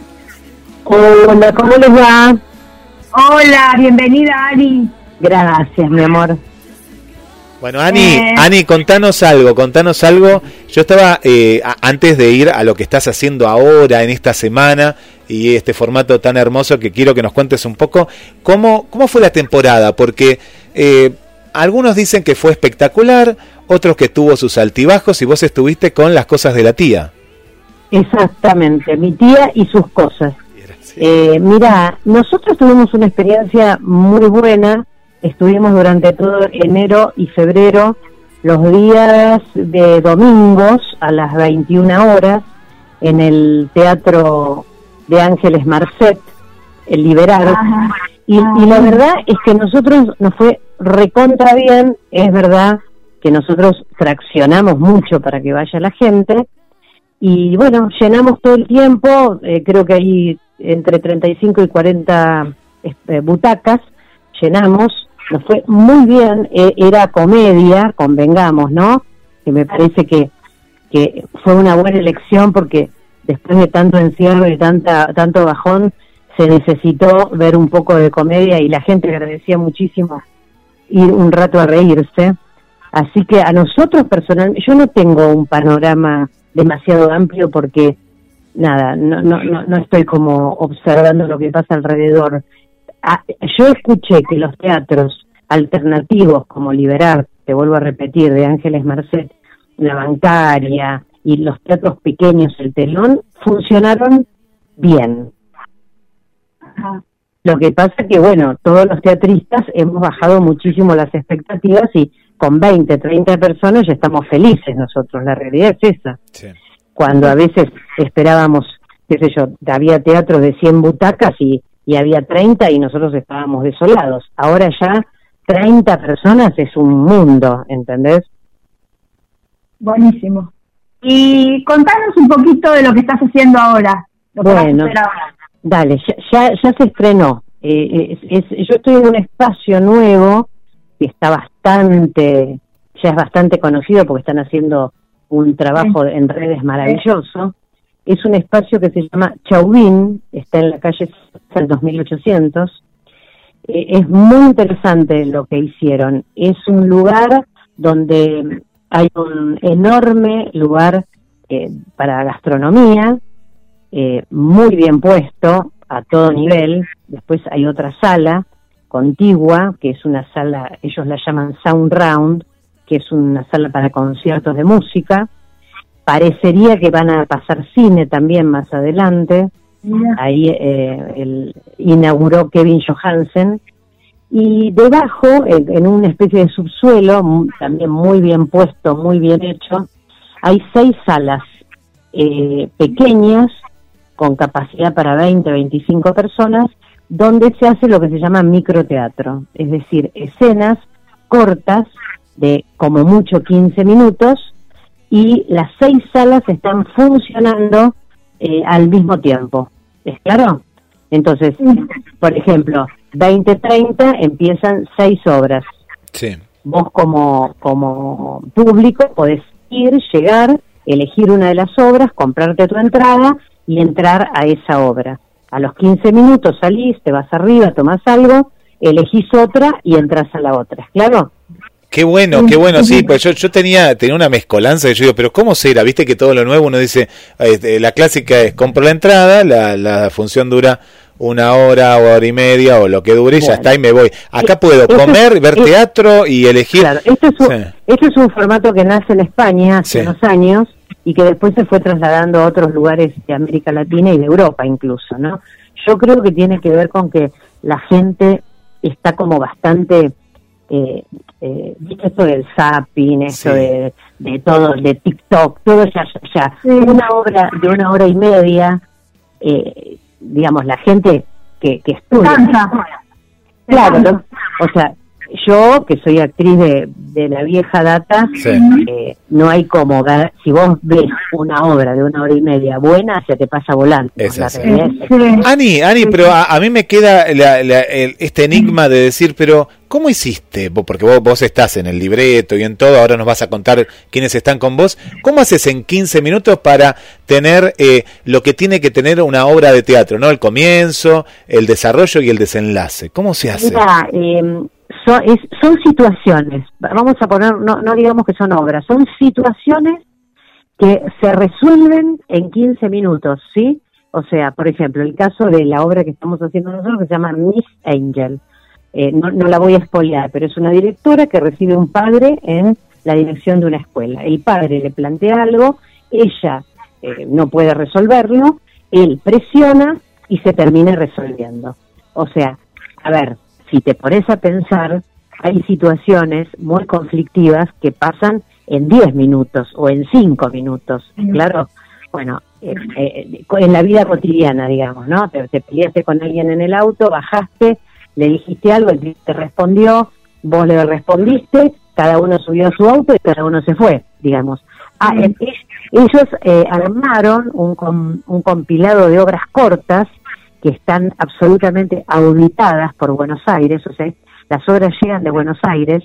Hola, ¿cómo les va? Hola, bienvenida, Ani. Gracias, mi amor. Bueno, Ani, Eh. Ani, contanos algo, contanos algo. Yo estaba, eh, a- antes de ir a lo que estás haciendo ahora, en esta semana, y este formato tan hermoso que quiero que nos cuentes un poco, ¿cómo, cómo fue la temporada? Porque eh, algunos dicen que fue espectacular, otros que tuvo sus altibajos, y vos estuviste con Las Cosas de la Tía. Exactamente, mi tía y sus cosas. Eh, mira, nosotros tuvimos una experiencia muy buena. Estuvimos durante todo enero y febrero, los días de domingos a las veintiuna horas, en el Teatro de Ángeles Marcet, el Liberar. Y, y la verdad es que nosotros nos fue recontra bien. Es verdad que nosotros fraccionamos mucho para que vaya la gente. Y bueno, llenamos todo el tiempo, eh, creo que hay entre treinta y cinco y cuarenta eh, butacas, llenamos, nos fue muy bien, eh, era comedia, convengamos, ¿no? Que me parece que, que fue una buena elección porque después de tanto encierro y tanta tanto bajón, se necesitó ver un poco de comedia y la gente agradecía muchísimo ir un rato a reírse. Así que a nosotros personalmente, yo no tengo un panorama demasiado amplio porque nada, no, no, no, no estoy como observando lo que pasa alrededor. Ah, yo escuché que los teatros alternativos como Liberar, te vuelvo a repetir, de Ángeles Marcet, La Bancaria y los teatros pequeños, El Telón, funcionaron bien. Ajá. Lo que pasa que, bueno, todos los teatristas hemos bajado muchísimo las expectativas y con veinte, treinta personas ya estamos felices nosotros, la realidad es esa. Sí. Cuando a veces esperábamos, qué sé yo, había teatros de cien butacas y, y había treinta y nosotros estábamos desolados. Ahora ya treinta personas es un mundo, ¿entendés? Buenísimo. Y contanos un poquito de lo que estás haciendo ahora. Lo que vas a Bueno, hacer ahora. dale, ya, ya, ya se estrenó. Eh, es, es, yo estoy en un espacio nuevo que está bastante, ya es bastante conocido porque están haciendo un trabajo en redes maravilloso. Es un espacio que se llama Chauvin, está en la calle del dos mil ochocientos. Eh, es muy interesante lo que hicieron. Es un lugar donde hay un enorme lugar eh, para gastronomía, eh, muy bien puesto a todo nivel. Después hay otra sala contigua, que es una sala, ellos la llaman Sound Round, que es una sala para conciertos de música. Parecería que van a pasar cine también más adelante. Yeah. Ahí eh, el, inauguró Kevin Johansen. Y debajo, en, en una especie de subsuelo, también muy bien puesto, muy bien hecho, hay seis salas eh, pequeñas, con capacidad para veinte, veinticinco personas, donde se hace lo que se llama microteatro, es decir, escenas cortas de como mucho quince minutos, y las seis salas están funcionando eh, al mismo tiempo. ¿Es claro? Entonces, por ejemplo, veinte treinta empiezan seis obras. Sí. Vos como, como público podés ir, llegar, elegir una de las obras, comprarte tu entrada y entrar a esa obra. A los quince minutos salís, te vas arriba, tomás algo, elegís otra y entras a la otra. ¿Claro? Qué bueno, qué bueno, sí, pues yo yo tenía tenía una mezcolanza que yo digo, pero ¿cómo será? Viste que todo lo nuevo uno dice, eh, la clásica es compro la entrada, la, la función dura una hora o hora y media o lo que dure, bueno, ya está y me voy. Acá puedo este comer, es, ver es, teatro y elegir. Claro, este es, un, sí. este es un formato que nace en España hace sí. unos años y que después se fue trasladando a otros lugares de América Latina y de Europa incluso, ¿no? Yo creo que tiene que ver con que la gente está como bastante... Eh, eh, ¿viste esto del zapping, esto sí. de, de todo, de TikTok, todo ya, ya, sí. una obra de una hora y media, eh, digamos, la gente que, que estudia. Cansa. Claro, ¿no? O sea, yo, que soy actriz de, de la vieja data, sí. eh, no hay como, si vos ves una obra de una hora y media buena, se te pasa volando. Es la sí. Ani, Ani, pero a, a mí me queda la, la, el, este enigma de decir, pero ¿cómo hiciste? Porque vos, vos estás en el libreto y en todo, ahora nos vas a contar quiénes están con vos. ¿Cómo haces en quince minutos para tener eh, lo que tiene que tener una obra de teatro, ¿no? El comienzo, el desarrollo y el desenlace. ¿Cómo se hace? Mira, eh, so, es, son situaciones, vamos a poner, no, no digamos que son obras, son situaciones que se resuelven en quince minutos, ¿sí? O sea, por ejemplo, el caso de la obra que estamos haciendo nosotros que se llama Miss Angel. Eh, no, no la voy a spoilear, pero es una directora que recibe un padre en la dirección de una escuela. El padre le plantea algo, ella eh, no puede resolverlo, él presiona y se termina resolviendo. O sea, a ver, si te pones a pensar, hay situaciones muy conflictivas que pasan en diez minutos o en cinco minutos, claro. Bueno, eh, eh, en la vida cotidiana, digamos, ¿no? Te, te peleaste con alguien en el auto, bajaste, le dijiste algo, él te respondió, vos le respondiste, cada uno subió a su auto y cada uno se fue, digamos. Ah, eh, ellos eh, armaron un, com, un compilado de obras cortas que están absolutamente auditadas por Buenos Aires, o sea, las obras llegan de Buenos Aires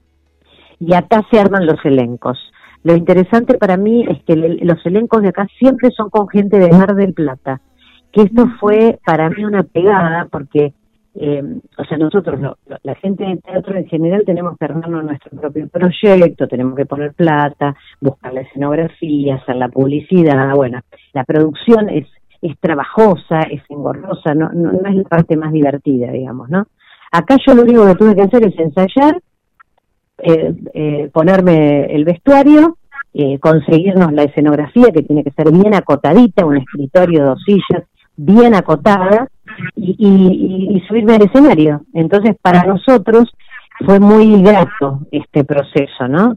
y acá se arman los elencos. Lo interesante para mí es que le, los elencos de acá siempre son con gente de Mar del Plata, que esto fue para mí una pegada porque... Eh, o sea, nosotros, lo, lo, la gente de teatro en general, tenemos que armarnos nuestro propio proyecto, tenemos que poner plata, buscar la escenografía, hacer la publicidad. Bueno, la producción es es trabajosa, es engorrosa, no, no, no es la parte más divertida, digamos, ¿no? Acá yo lo único que tuve que hacer es ensayar, eh, eh, ponerme el vestuario, eh, conseguirnos la escenografía, que tiene que ser bien acotadita, un escritorio, dos sillas, bien acotada, y, y, y subirme al escenario. Entonces, para nosotros fue muy grato este proceso, ¿no?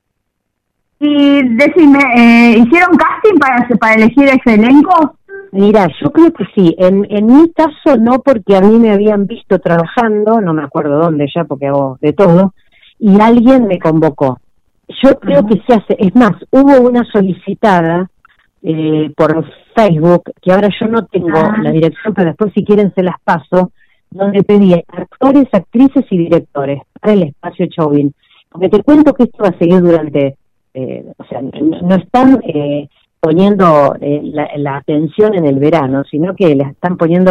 Y decime, eh, ¿hicieron casting para, para elegir ese elenco? Mira, yo creo que sí. En, en mi caso no, porque a mí me habían visto trabajando, no me acuerdo dónde ya, porque hago de todo, y alguien me convocó. Yo creo uh-huh. que se hace, es más, hubo una solicitada eh, por Facebook, que ahora yo no tengo uh-huh. la dirección, pero después si quieren se las paso, donde pedí actores, actrices y directores para el espacio Chauvin. Porque te cuento que esto va a seguir durante, eh, o sea, no, no están eh, poniendo eh, la, la atención en el verano, sino que la están poniendo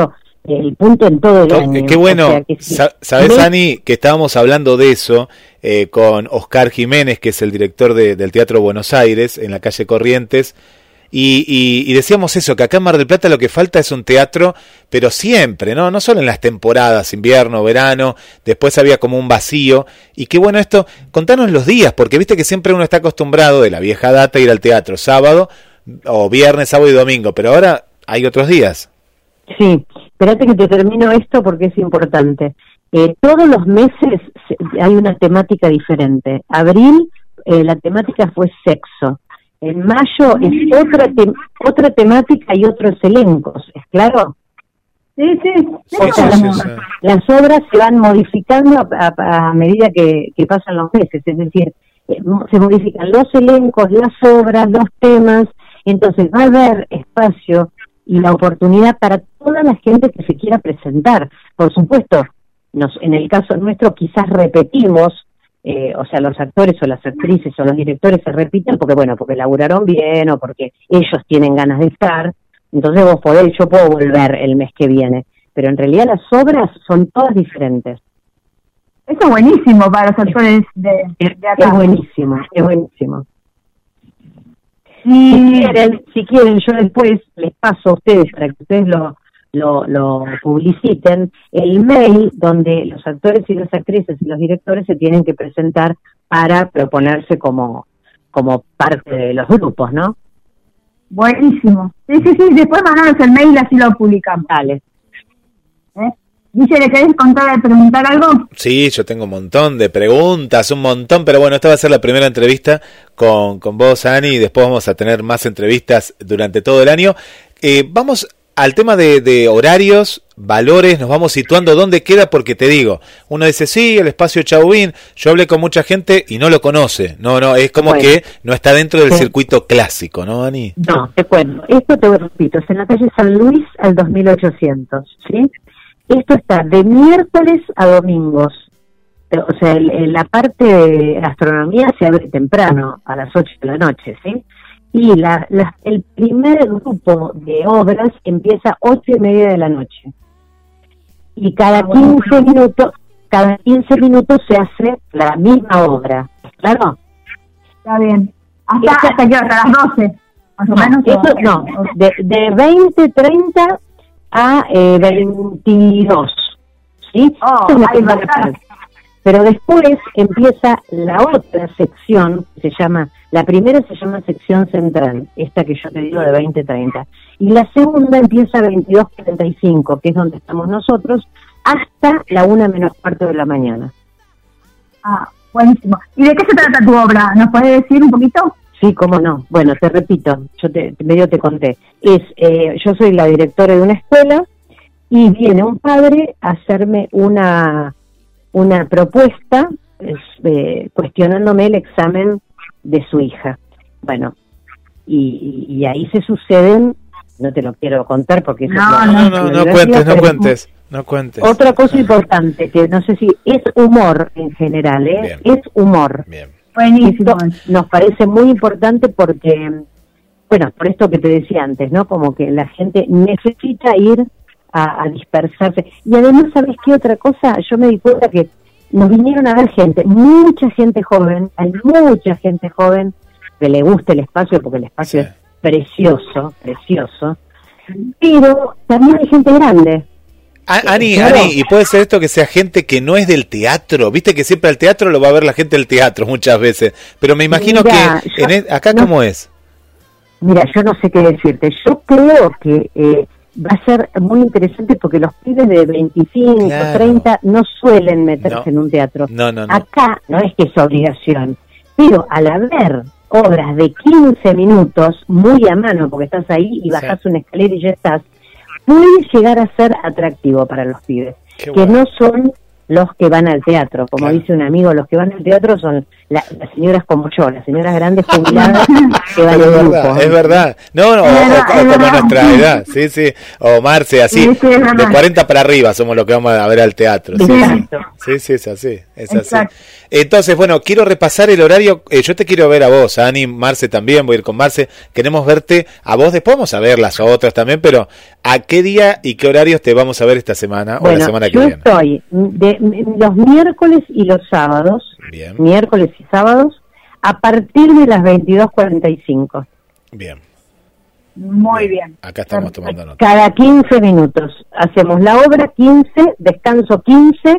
el punto en todo el año. Qué bueno, o sea que sí. ¿Sabes, ¿Sí? Ani? Que estábamos hablando de eso eh, con Oscar Jiménez, que es el director de, del Teatro Buenos Aires, en la calle Corrientes, y, y, y decíamos eso, que acá en Mar del Plata lo que falta es un teatro, pero siempre, ¿no? No solo en las temporadas, invierno, verano, después había como un vacío, y qué bueno esto, contanos los días, porque viste que siempre uno está acostumbrado de la vieja data a ir al teatro sábado, o viernes, sábado y domingo, pero ahora hay otros días. Sí, espérate que te termino esto porque es importante. Eh, todos los meses hay una temática diferente. Abril, eh, la temática fue sexo. En mayo es otra te otra temática y otros elencos, ¿es claro? Sí, sí. sí, o sea, sí, las, sí. las obras se van modificando a, a, a medida que, que pasan los meses, es decir, eh, se modifican los elencos, las obras, los temas, entonces va a haber espacio y la oportunidad para toda la gente que se quiera presentar. Por supuesto, nos, en el caso nuestro quizás repetimos, eh, o sea, los actores o las actrices o los directores se repiten porque, bueno, porque laburaron bien o porque ellos tienen ganas de estar, entonces vos podés, yo puedo volver el mes que viene, pero en realidad las obras son todas diferentes. Eso es buenísimo para los actores de, de acá. Es buenísimo, es buenísimo. Y... Si quieren, si quieren, yo después les paso a ustedes para que ustedes lo, lo, lo publiciten, el mail donde los actores y las actrices y los directores se tienen que presentar para proponerse como, como parte de los grupos, ¿no? Buenísimo. Sí, sí, sí, después mandanos el mail, así lo publicamos. Dale. ¿Eh? Dice, ¿le querés contar, preguntar algo? Sí, yo tengo un montón de preguntas, un montón, pero bueno, esta va a ser la primera entrevista con, con vos, Ani, y después vamos a tener más entrevistas durante todo el año. Eh, vamos al tema de, de horarios, valores, nos vamos situando dónde queda, porque te digo, uno dice, sí, el espacio Chauvin, yo hablé con mucha gente y no lo conoce, no, no, es como bueno, que no está dentro del sí. circuito clásico, ¿no, Ani? No, te cuento, esto te repito, es en la calle San Luis al dos mil ochocientos, ¿sí? Esto está de miércoles a domingos, o sea, el, el, la parte de gastronomía se abre temprano, a las ocho de la noche, ¿sí? Y la, la, el primer grupo de obras empieza a ocho y media de la noche. Y cada quince minutos, cada quince minutos se hace la misma obra, ¿claro? Está bien. ¿Hasta, Esta, hasta qué hora? ¿Hasta las doce? Más o no, menos. Eso, no, de, de veinte treinta a eh, veintidós, ¿sí? Oh, es Pero después empieza la otra sección, que se llama, la primera se llama sección central, esta que yo te digo de veinte treinta, y la segunda empieza a veintidós cuarenta y cinco, que es donde estamos nosotros, hasta la una menos cuarto de la mañana. Ah, buenísimo. ¿Y de qué se trata tu obra? ¿Nos puedes decir un poquito? Sí, cómo no. Bueno, te repito, yo te, medio te conté. Es, eh, yo soy la directora de una escuela y viene un padre a hacerme una, una propuesta eh, cuestionándome el examen de su hija. Bueno, y, y ahí se suceden, no te lo quiero contar porque eso no, es no, no, no, no cuentes, no cuentes, no cuentes. Otra cosa importante, que no sé si es humor en general, ¿eh? Bien. Es humor. Bien. Buenísimo. Nos parece muy importante porque, bueno, por esto que te decía antes, ¿no? Como que la gente necesita ir a, a dispersarse. Y además, ¿sabes qué otra cosa? Yo me di cuenta que nos vinieron a ver gente, mucha gente joven, hay mucha gente joven que le gusta el espacio, porque el espacio sí. es precioso, precioso, pero también hay gente grande. Ani, claro. Ani, y puede ser esto que sea gente que no es del teatro, viste que siempre al teatro lo va a ver la gente del teatro muchas veces, pero me imagino mira, que yo, en el, acá no, ¿cómo es? Mira, yo no sé qué decirte, yo creo que eh, va a ser muy interesante porque los pibes de veinticinco, claro. treinta no suelen meterse no. en un teatro. No, no, no. Acá no es que es obligación, pero al haber obras de quince minutos, muy a mano, porque estás ahí y bajás sí. una escalera y ya estás, puede llegar a ser atractivo para los pibes, Qué que bueno. no son los que van al teatro, como claro. dice un amigo, los que van al teatro son la, las señoras como yo, las señoras grandes jubiladas que van al grupo. Verdad, es verdad, no, no, o, o, o como nuestra edad, sí, sí, o Marce, así, sí, sí, de cuarenta para arriba somos los que vamos a ver al teatro, sí, sí, sí, sí, es así. Es así. Exacto. Entonces, bueno, quiero repasar el horario. Eh, yo te quiero ver a vos, a Ani, Marce también, voy a ir con Marce. Queremos verte a vos, después vamos a ver las otras también, pero ¿a qué día y qué horarios te vamos a ver esta semana bueno, o la semana que yo viene? Estoy de, de, los miércoles y los sábados, bien. miércoles y sábados, a partir de las veintidós cuarenta y cinco. Bien. Muy bien. Acá estamos tomando nota. Cada quince minutos. Hacemos la obra quince, descanso quince,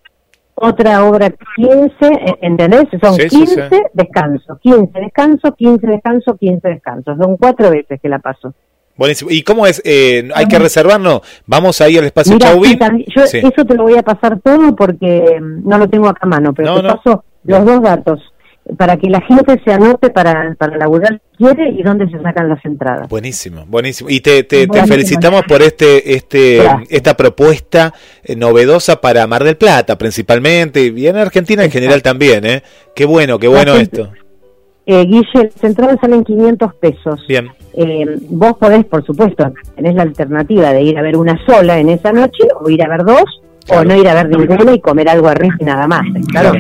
otra obra quince, ¿entendés? Son sí, quince, sí, sí. descanso, quince, descanso, quince, descanso, quince, descanso. Son cuatro veces que la paso. Buenísimo. ¿Y cómo es? Eh, ¿Hay que reservarnos? ¿Vamos ahí al espacio Mira, Chauvin? sí, también, yo sí. Eso te lo voy a pasar todo porque no lo tengo acá a mano, pero no, te no. paso los dos datos para que la gente se anote para, para laburar si quiere y dónde se sacan las entradas. Buenísimo, buenísimo. Y te, te, Buenísimo. te felicitamos por este este Gracias. esta propuesta eh, novedosa para Mar del Plata, principalmente, y en Argentina en Exacto. general también, ¿eh? Qué bueno, qué bueno gente, esto. Eh, Guille, las entradas salen quinientos pesos. Bien. Eh, vos podés, por supuesto, tenés la alternativa de ir a ver una sola en esa noche, o ir a ver dos, claro. o no ir a ver ninguna y comer algo a ris y nada más. Claro.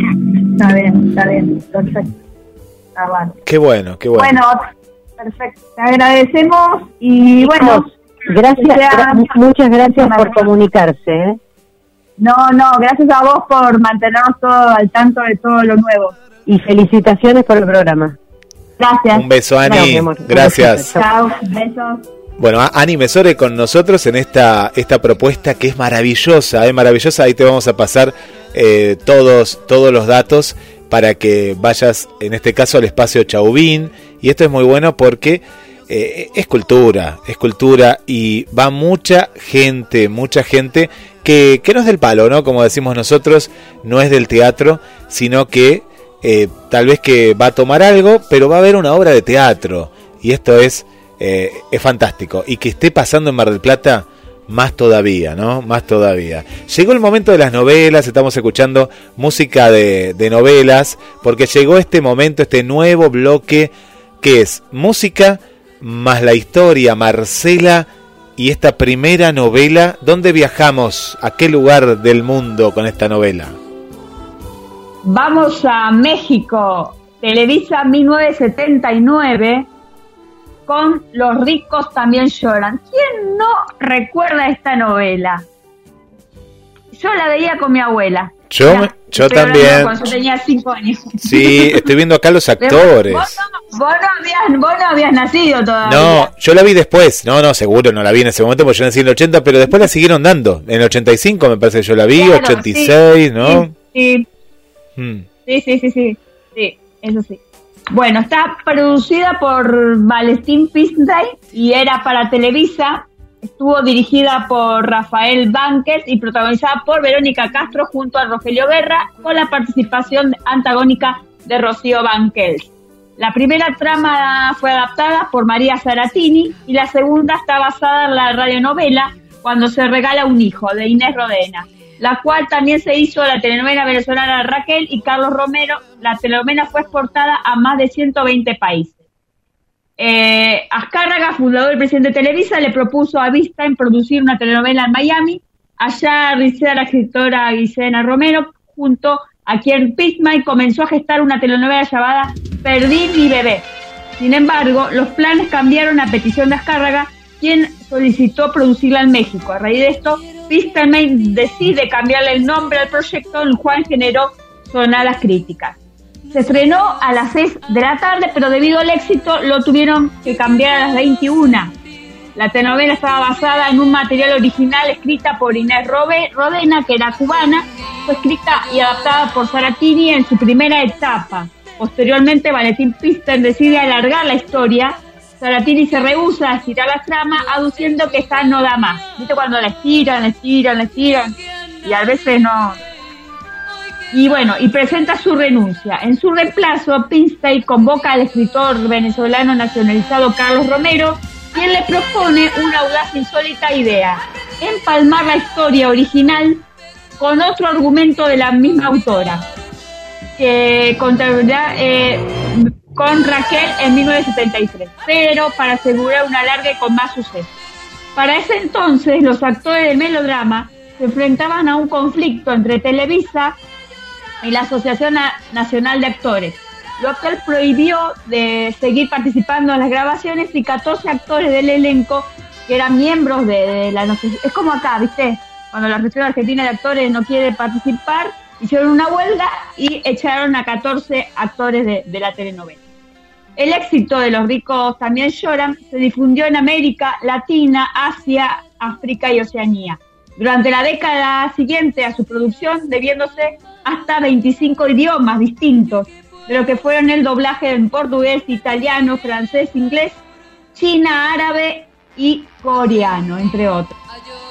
Está bien, está bien, perfecto. Está bueno. Qué bueno, qué bueno. Bueno, perfecto. Te agradecemos y bueno, gracias, sea, gra- muchas gracias por comunicarse. ¿eh? No, no, gracias a vos por mantenernos todo al tanto de todo lo nuevo. Y felicitaciones por el programa. Gracias. Un beso, Ani. No, gracias. Chao, besos. Bueno, Ani Mesore con nosotros en esta esta propuesta que es maravillosa, es eh, maravillosa. Ahí te vamos a pasar eh, todos todos los datos para que vayas, en este caso, al espacio Chauvin. Y esto es muy bueno porque eh, es cultura, es cultura y va mucha gente, mucha gente que, que no es del palo, ¿no? Como decimos nosotros, no es del teatro, sino que eh, tal vez que va a tomar algo, pero va a haber una obra de teatro. Y esto es... Eh, es fantástico, y que esté pasando en Mar del Plata más todavía, ¿no? Más todavía. Llegó el momento de las novelas, estamos escuchando música de, de novelas, porque llegó este momento, este nuevo bloque, que es música más la historia, Marcela, y esta primera novela. ¿Dónde viajamos? ¿A qué lugar del mundo con esta novela? Vamos a México, Televisa mil novecientos setenta y nueve, con Los ricos también lloran. ¿Quién no recuerda esta novela? Yo la veía con mi abuela. Yo, Mira, yo también. Cuando yo tenía cinco años. Sí, estoy viendo acá los actores. Vos no, vos, no habías, vos no habías nacido todavía. No, yo la vi después. No, no, seguro no la vi en ese momento porque yo nací en el ochenta, pero después la siguieron dando. En el ochenta y cinco me parece que yo la vi, claro, ochenta y seis, sí, ¿no? Sí, Hmm. sí, sí, sí, sí, sí, eso sí. Bueno, está producida por Valentín Pistay y era para Televisa. Estuvo dirigida por Rafael Banquels y protagonizada por Verónica Castro junto a Rogelio Guerra, con la participación antagónica de Rocío Banquels. La primera trama fue adaptada por María Saratini y la segunda está basada en la radionovela Cuando se regala un hijo, de Inés Rodena, la cual también se hizo la telenovela venezolana Raquel y Carlos Romero. La telenovela fue exportada a más de ciento veinte países. Eh, Azcárraga, fundador y presidente de Televisa, le propuso a Vista en producir una telenovela en Miami. Allá realizó la escritora Guisena Romero, junto a quien Pitman comenzó a gestar una telenovela llamada Perdí mi bebé. Sin embargo, los planes cambiaron a petición de Azcárraga, quien solicitó producirla en México. A raíz de esto, Pistman decide cambiarle el nombre al proyecto, el cual generó sonadas críticas. Se estrenó a las seis de la tarde, pero debido al éxito lo tuvieron que cambiar a las veintiuna. La telenovela estaba basada en un material original escrita por Inés Rodena, que era cubana. Fue escrita y adaptada por Saratini en su primera etapa. Posteriormente, Valentín Pistay decide alargar la historia. Saratini se rehúsa a estirar la trama, aduciendo que esta no da más. ¿Viste cuando la estiran, la estiran, la estiran? Y a veces no... Y bueno, y presenta su renuncia. En su reemplazo, Pistay convoca al escritor venezolano nacionalizado Carlos Romero, quien le propone una audaz e insólita idea: empalmar la historia original con otro argumento de la misma autora, que contará eh, con Raquel en mil novecientos setenta y tres, pero para asegurar un alargue con más suceso. Para ese entonces, los actores del melodrama se enfrentaban a un conflicto entre Televisa y la Asociación Nacional de Actores, lo cual prohibió de seguir participando en las grabaciones y catorce actores del elenco que eran miembros de, de la... Es como acá, ¿viste? Cuando la Asociación Argentina de Actores no quiere participar, hicieron una huelga y echaron a catorce actores de, de la telenovela. El éxito de Los ricos también lloran se difundió en América Latina, Asia, África y Oceanía. Durante la década siguiente a su producción, debiéndose hasta veinticinco idiomas distintos, de lo que fueron el doblaje en portugués, italiano, francés, inglés, china, árabe y coreano, entre otros.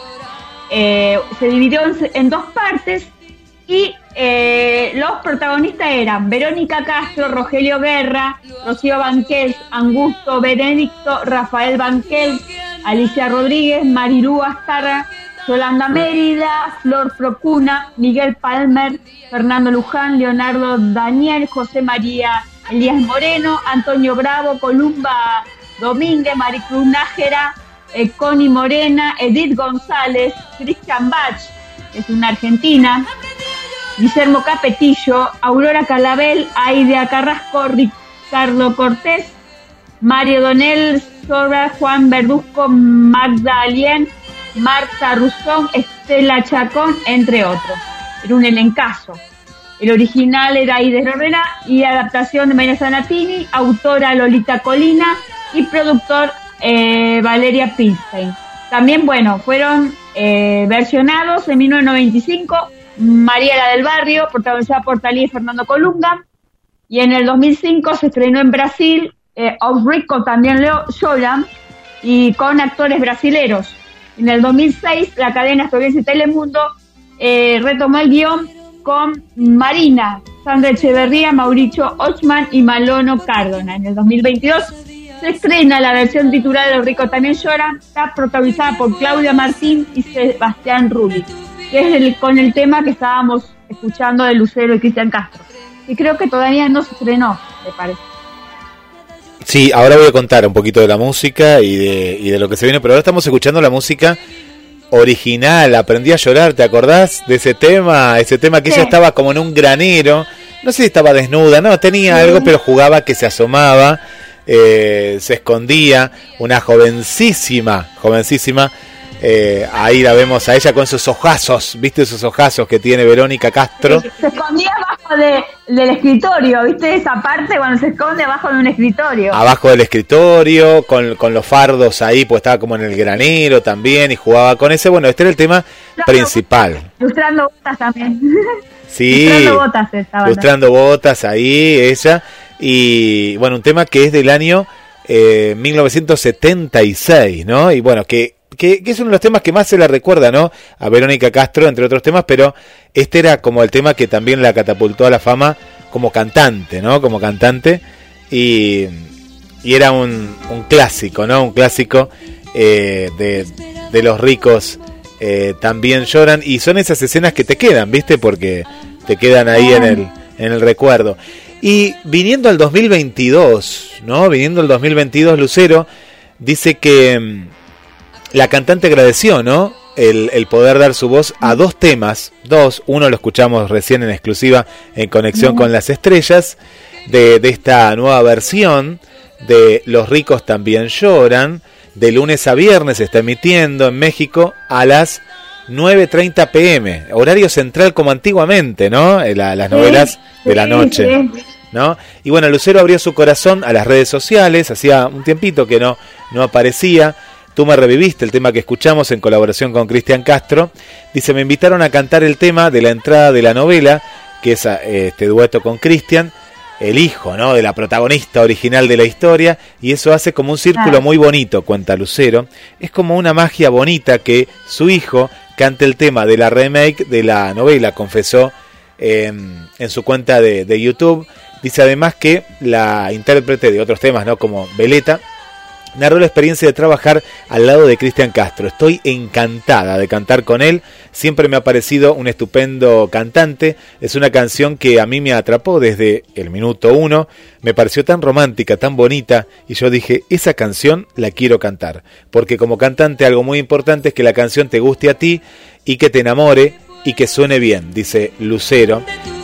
Eh, se dividió en, en dos partes y eh, los protagonistas eran Verónica Castro, Rogelio Guerra, Rocío Banquels, Augusto Benedicto, Rafael Banquels, Alicia Rodríguez, Marilú Astarra, Yolanda Mérida, Flor Procuna, Miguel Palmer, Fernando Luján, Leonardo Daniel, José María Elías Moreno, Antonio Bravo, Columba Domínguez, Maricruz Nájera, eh, Connie Morena, Edith González, Cristian Bach, que es una argentina, Guillermo Capetillo, Aurora Calabel, Aida Carrasco, Ricardo Cortés, Mario Donel, Sora, Juan Verduzco, Magda Alien, Marta Rusón, Estela Chacón, entre otros. Era un elencazo. El original era Ides Herrera y adaptación de María Zanatini, autora Lolita Colina y productor eh, Valeria Pilstein. También, bueno, fueron eh, versionados en mil novecientos noventa y cinco, Mariela del Barrio, protagonizada por Thalía y Fernando Colunga, y en el dos mil cinco se estrenó en Brasil, eh, Os Ricos también Leo Lloran, y con actores brasileros. En el dos mil seis, la cadena estadounidense Telemundo eh, retomó el guión con Marina, Sandra Echeverría, Mauricio Ochman y Malono Cardona. En el dos mil veintidós se estrena la versión titulada de Los ricos también lloran, está protagonizada por Claudia Martín y Sebastián Rulli, que es el, con el tema que estábamos escuchando de Lucero y Cristian Castro. Y creo que todavía no se estrenó, me parece. Sí, ahora voy a contar un poquito de la música y de, y de lo que se viene, pero ahora estamos escuchando la música original. Aprendí a llorar, ¿te acordás de ese tema? Ese tema que sí. Ella estaba como en un granero, no sé si estaba desnuda, no, tenía sí. algo, pero jugaba que se asomaba, eh, se escondía, una jovencísima, jovencísima, eh, ahí la vemos a ella con esos ojazos, ¿viste esos ojazos que tiene Verónica Castro? Sí, se escondía abajo de, del escritorio, ¿viste esa parte cuando se esconde abajo de un escritorio? Abajo del escritorio, con, con los fardos ahí, pues estaba como en el granero también y jugaba con ese, bueno, este era el tema no, principal. Lustrando botas también. Sí, lustrando botas estaba. Lustrando botas ahí, ella, y bueno, un tema que es del año eh, mil novecientos setenta y seis, ¿no? Y bueno, que Que, que es uno de los temas que más se le recuerda, ¿no? A Verónica Castro, entre otros temas, pero este era como el tema que también la catapultó a la fama como cantante, ¿no? Como cantante, y, y era un, un clásico, ¿no? Un clásico eh, de, de Los ricos eh, también lloran, y son esas escenas que te quedan, ¿viste? Porque te quedan ahí en el, en el recuerdo. Y viniendo al dos mil veintidós, ¿no? Viniendo al dos mil veintidós, Lucero dice que la cantante agradeció, ¿no? El, el poder dar su voz a dos temas, dos, uno lo escuchamos recién en exclusiva en Conexión con las Estrellas, de, de esta nueva versión de Los ricos también lloran, de lunes a viernes se está emitiendo en México a las nueve treinta pm, horario central como antiguamente, ¿no? La, las novelas sí, de la noche, sí, sí. ¿no? Y bueno, Lucero abrió su corazón a las redes sociales, hacía un tiempito que no, no aparecía. Tú me reviviste, el tema que escuchamos en colaboración con Cristian Castro. Dice, me invitaron a cantar el tema de la entrada de la novela, que es este dueto con Cristian, el hijo, ¿no? De la protagonista original de la historia, y eso hace como un círculo muy bonito, cuenta Lucero. Es como una magia bonita que su hijo cante el tema de la remake de la novela, confesó en, en su cuenta de, de YouTube. Dice además que la intérprete de otros temas, ¿no? Como Beleta, narró la experiencia de trabajar al lado de Cristian Castro. Estoy encantada de cantar con él. Siempre me ha parecido un estupendo cantante. Es una canción que a mí me atrapó desde el minuto uno. Me pareció tan romántica, tan bonita. Y yo dije, esa canción la quiero cantar. Porque como cantante algo muy importante es que la canción te guste a ti y que te enamore y que suene bien, dice Lucero.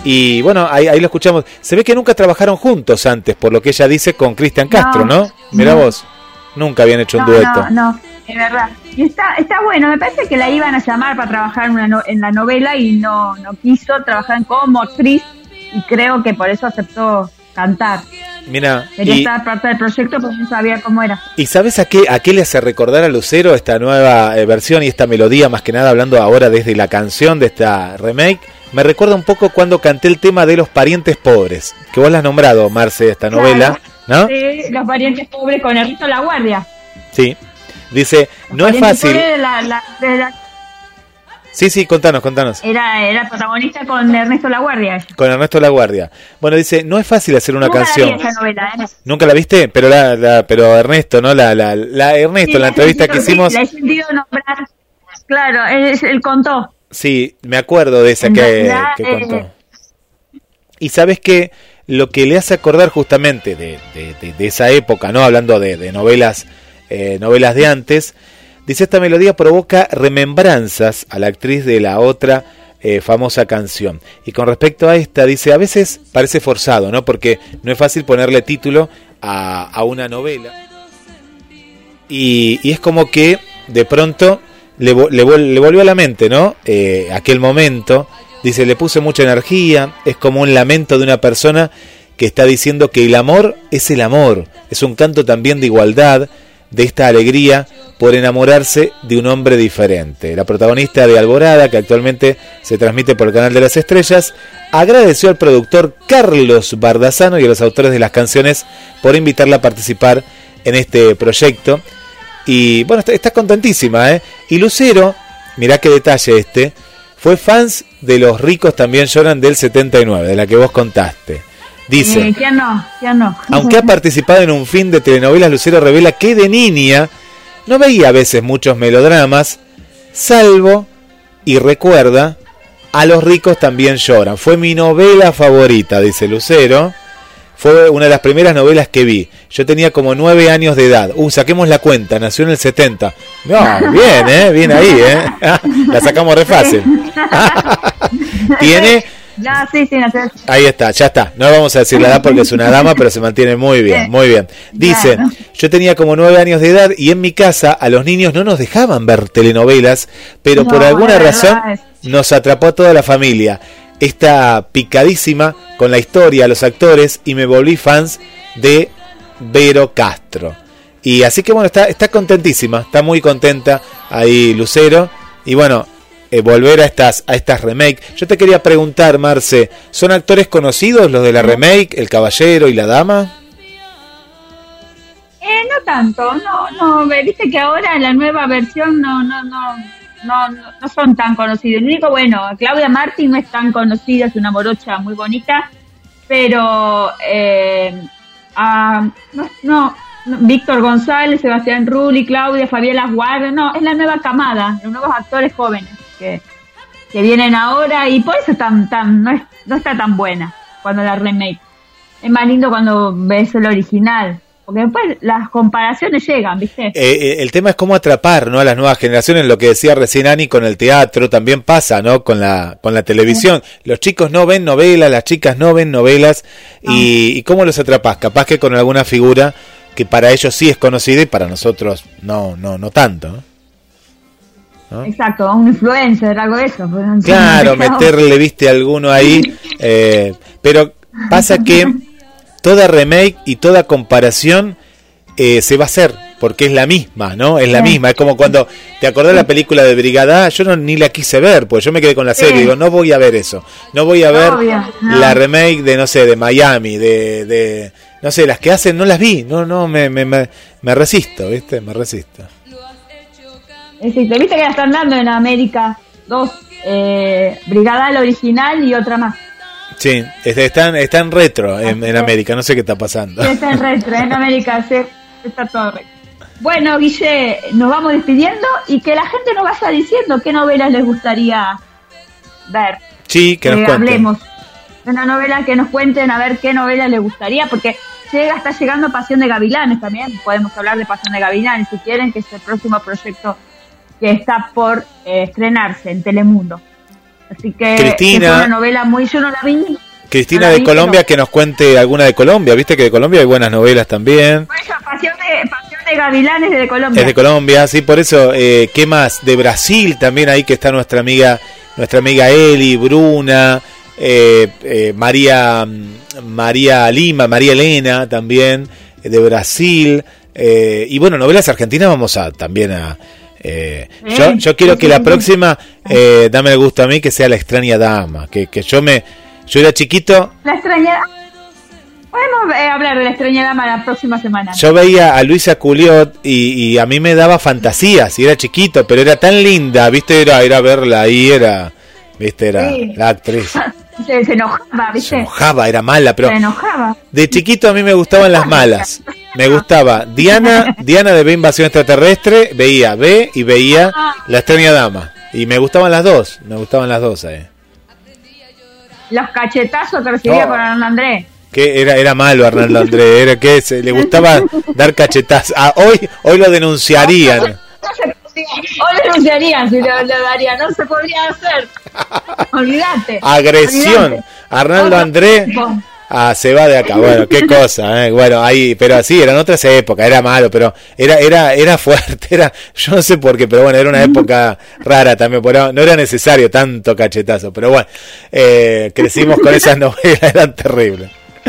Y bueno, ahí, ahí lo escuchamos. Se ve que nunca trabajaron juntos antes, por lo que ella dice, con Cristian Castro, ¿no? ¿no? Mirá no. vos, nunca habían hecho no, un dueto. No, no, es verdad. Y está, está bueno, me parece que la iban a llamar para trabajar en, una no, en la novela y no, no quiso trabajar como actriz y creo que por eso aceptó cantar. Mira, quería y, estar parte del proyecto porque no sabía cómo era. ¿Y sabes a qué, a qué le hace recordar a Lucero esta nueva eh, versión y esta melodía, más que nada hablando ahora desde la canción de esta remake? Me recuerda un poco cuando canté el tema de Los Parientes Pobres, que vos la has nombrado, Marce, esta claro, novela, ¿no? Sí, Los Parientes Pobres con Ernesto La Guardia. Sí, dice, los no es fácil. De la, la, de la... Sí, sí, contanos, contanos. Era, era protagonista con Ernesto La Guardia. Con Ernesto La Guardia. Bueno, dice, no es fácil hacer una Nunca canción. La vi esa novela, ¿eh? ¿Nunca la viste? Pero la, la pero Ernesto, ¿no? La, la, la Ernesto, sí, la entrevista sentido, que hicimos. Sí, la he sentido nombrar. Claro, él, él contó. Sí, me acuerdo de esa que, realidad, que contó. Eh... Y sabes que lo que le hace acordar justamente de, de, de, de esa época, ¿no? Hablando de, de novelas, eh, novelas de antes, dice, esta melodía provoca remembranzas a la actriz de la otra eh, famosa canción. Y con respecto a esta, dice, a veces parece forzado, ¿no? Porque no es fácil ponerle título a, a una novela. Y, y es como que de pronto le, le, le volvió a la mente, ¿no? Eh, aquel momento, dice, le puse mucha energía, es como un lamento de una persona que está diciendo que el amor es el amor, es un canto también de igualdad, de esta alegría por enamorarse de un hombre diferente. La protagonista de Alborada, que actualmente se transmite por el Canal de las Estrellas, agradeció al productor Carlos Bardazano y a los autores de las canciones por invitarla a participar en este proyecto. Y bueno, está, está contentísima, ¿eh? Y Lucero, mirá qué detalle este, fue fans de Los Ricos También Lloran del setenta y nueve, de la que vos contaste. Dice, eh, ya no, ya no. Aunque ha participado en un fin de telenovelas, Lucero revela que de niña no veía a veces muchos melodramas, salvo, y recuerda, A Los Ricos También Lloran. Fue mi novela favorita, dice Lucero. Fue una de las primeras novelas que vi. Yo tenía como nueve años de edad. Uh, saquemos la cuenta, nació en el setenta. No, bien, ¿eh? Bien ahí, ¿eh? La sacamos re fácil. Tiene... Ya, sí, sí, no sé. Ahí está, ya está. No vamos a decir la edad porque es una dama, pero se mantiene muy bien, muy bien. Dice, claro. Yo tenía como nueve años de edad y en mi casa a los niños no nos dejaban ver telenovelas, pero no, por alguna razón nos atrapó a toda la familia. Está picadísima con la historia, los actores, y me volví fans de Vero Castro. Y así que bueno, está, está contentísima, está muy contenta ahí Lucero. Y bueno, eh, volver a estas a estas remake. Yo te quería preguntar, Marce, ¿son actores conocidos los de la remake, El Caballero y la Dama? Eh, no tanto, no, no, viste que ahora en la nueva versión no, no, no, no, no son tan conocidos. El único, bueno, Claudia Martín no es tan conocida, es una morocha muy bonita, pero eh, ah, no, no, no, Víctor González, Sebastián Rulli, Claudia, Fabiola Guarda, no, es la nueva camada, los nuevos actores jóvenes que, que vienen ahora y por eso tan, tan, no, es, no está tan buena cuando la remake. Es más lindo cuando ves el original. Porque después las comparaciones llegan, ¿viste? Eh, el tema es cómo atrapar, ¿no? A las nuevas generaciones, lo que decía recién Ani con el teatro, también pasa, ¿no? Con la con la televisión. Los chicos no ven novelas, las chicas no ven novelas. No. Y, ¿Y cómo los atrapás? Capaz que con alguna figura que para ellos sí es conocida y para nosotros no no no tanto, ¿no? Exacto, un influencer, algo de eso. Pues, claro, meterle, viste, alguno ahí. Eh, pero pasa que toda remake y toda comparación eh, se va a hacer, porque es la misma, ¿no? Es la sí. misma, es como cuando te acordás de la película de Brigada A, yo no, ni la quise ver, pues yo me quedé con la serie, sí. digo, no voy a ver eso, no voy a ver Obvio, no. la remake de, no sé, de Miami, de, de, no sé, las que hacen, no las vi, no, no, me, me, me, me resisto, ¿viste? Me resisto. Sí, te viste que la están dando en América, dos, eh, Brigada A, la original y otra más. Sí, están, están retro en, en América, no sé qué está pasando. Sí, está en retro, en América sí, está todo retro. Bueno, Guille, nos vamos despidiendo y que la gente nos vaya diciendo qué novelas les gustaría ver. Sí, que nos eh, cuenten. Hablemos de una novela, que nos cuenten a ver qué novela les gustaría, porque llega, está llegando Pasión de Gavilanes también, podemos hablar de Pasión de Gavilanes si quieren, que es el próximo proyecto que está por eh, estrenarse en Telemundo. Así que Cristina, es una novela muy, yo no la vi. Cristina no la de vi, Colombia, pero... que nos cuente alguna de Colombia. Viste que de Colombia hay buenas novelas también. Por eso, Pasión de, Pasión de Gavilanes de Colombia. Es de Colombia, sí, por eso. Eh, ¿Qué más? De Brasil también, ahí que está nuestra amiga, nuestra amiga Eli, Bruna, eh, eh, María, María Lima, María Elena también, eh, de Brasil. Eh, y bueno, novelas argentinas vamos a también a... Eh, eh, yo, yo quiero sí, que la sí. próxima, eh, dame el gusto a mí, que sea La extraña dama. Que, que yo me... Yo era chiquito... La extraña... Podemos eh, hablar de La extraña dama la próxima semana. Yo veía a Luisa Culiot y, y a mí me daba fantasías, y era chiquito, pero era tan linda, viste, era, era verla ahí, era, viste, era Sí. la actriz. Se, se enojaba, ¿viste? Se enojaba, era mala, pero Se enojaba. de chiquito a mí me gustaban las malas. Me gustaba Diana, Diana de B Invasión Extraterrestre, veía B y veía La extraña dama. Y me gustaban las dos, me gustaban las dos ahí. Los cachetazos que recibía Oh. con Hernán Andrés. Que era era malo Arnaldo Andrés, era que se, le gustaba dar cachetazos. Ah, hoy hoy lo denunciarían. No se podía, hoy denunciarían si lo, lo darían, no se podría hacer. Olvídate. Agresión. Olvídate. Arnaldo Otro Andrés tipo. ah, se va de acá. Bueno, qué cosa, ¿eh? Bueno, ahí, pero así, eran otras épocas, era malo, pero era era era fuerte, era, yo no sé por qué, pero bueno, era una época rara también, pero no era necesario tanto cachetazo, pero bueno, eh, crecimos con esas novelas, eran terribles.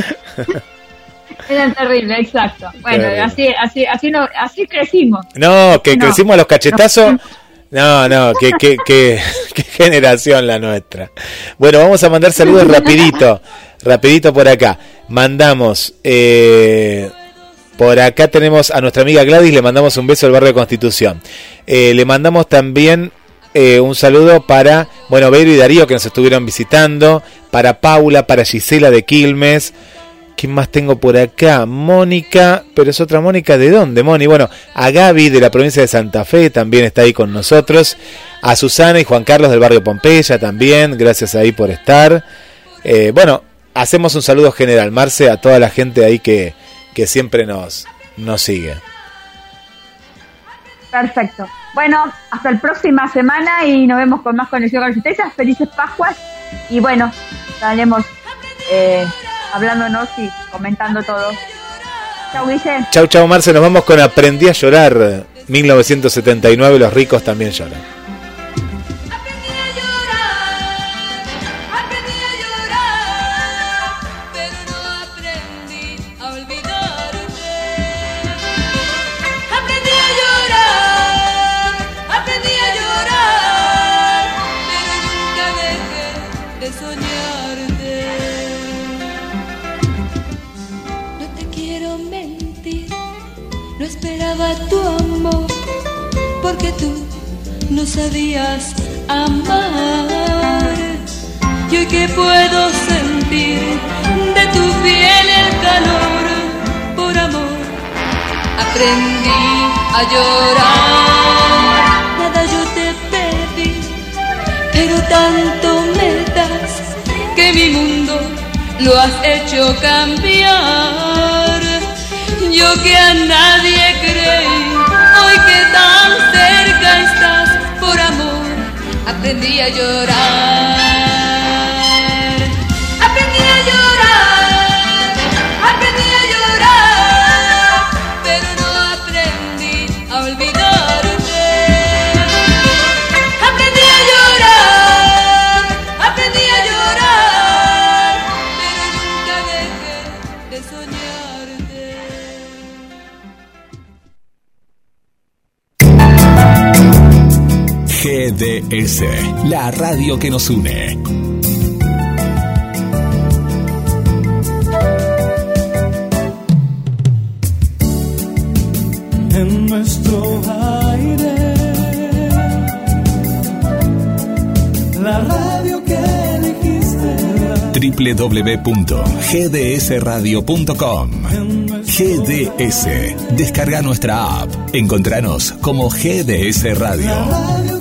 Eran terribles, exacto. Bueno, Terrible. así así así no, así crecimos. No, que No. crecimos a los cachetazos. No, no, que, que, que, qué generación la nuestra. Bueno, vamos a mandar saludos rapidito, rapidito por acá. Mandamos, eh, por acá tenemos a nuestra amiga Gladys, le mandamos un beso al barrio de Constitución. Eh, le mandamos también eh, un saludo para, bueno, Vero y Darío que nos estuvieron visitando, para Paula, para Gisela de Quilmes. ¿Quién más tengo por acá? Mónica, pero es otra Mónica, ¿de dónde, Moni? Bueno, a Gaby de la provincia de Santa Fe también está ahí con nosotros. A Susana y Juan Carlos del barrio Pompeya también, gracias ahí por estar. Eh, bueno, hacemos un saludo general, Marce, a toda la gente ahí que, que siempre nos, nos sigue. Perfecto. Bueno, hasta la próxima semana y nos vemos con más Conexión con Resistencia. Felices Pascuas y bueno, estaremos eh, hablándonos y comentando todo. Chau, Guille. Chau, chau, Marce, nos vamos con Aprendí a llorar, mil novecientos setenta y nueve, Los ricos también lloran. Tu amor, porque tú no sabías amar. Y hoy que puedo sentir de tu piel el calor, por amor aprendí a llorar. Nada yo te pedí, pero tanto me das que mi mundo lo has hecho cambiar. Yo que a nadie creí, hoy que tan cerca estás, por amor, aprendí a llorar. Aprendí a llorar, aprendí a llorar, pero no aprendí a olvidarte. Aprendí a llorar, aprendí a llorar, pero nunca dejé de soñarte. G D S, la radio que nos une. En nuestro aire, la radio que elegiste. doble u doble u doble u punto g d s radio punto com. G D S. Descarga nuestra app. Encontranos como G D S Radio.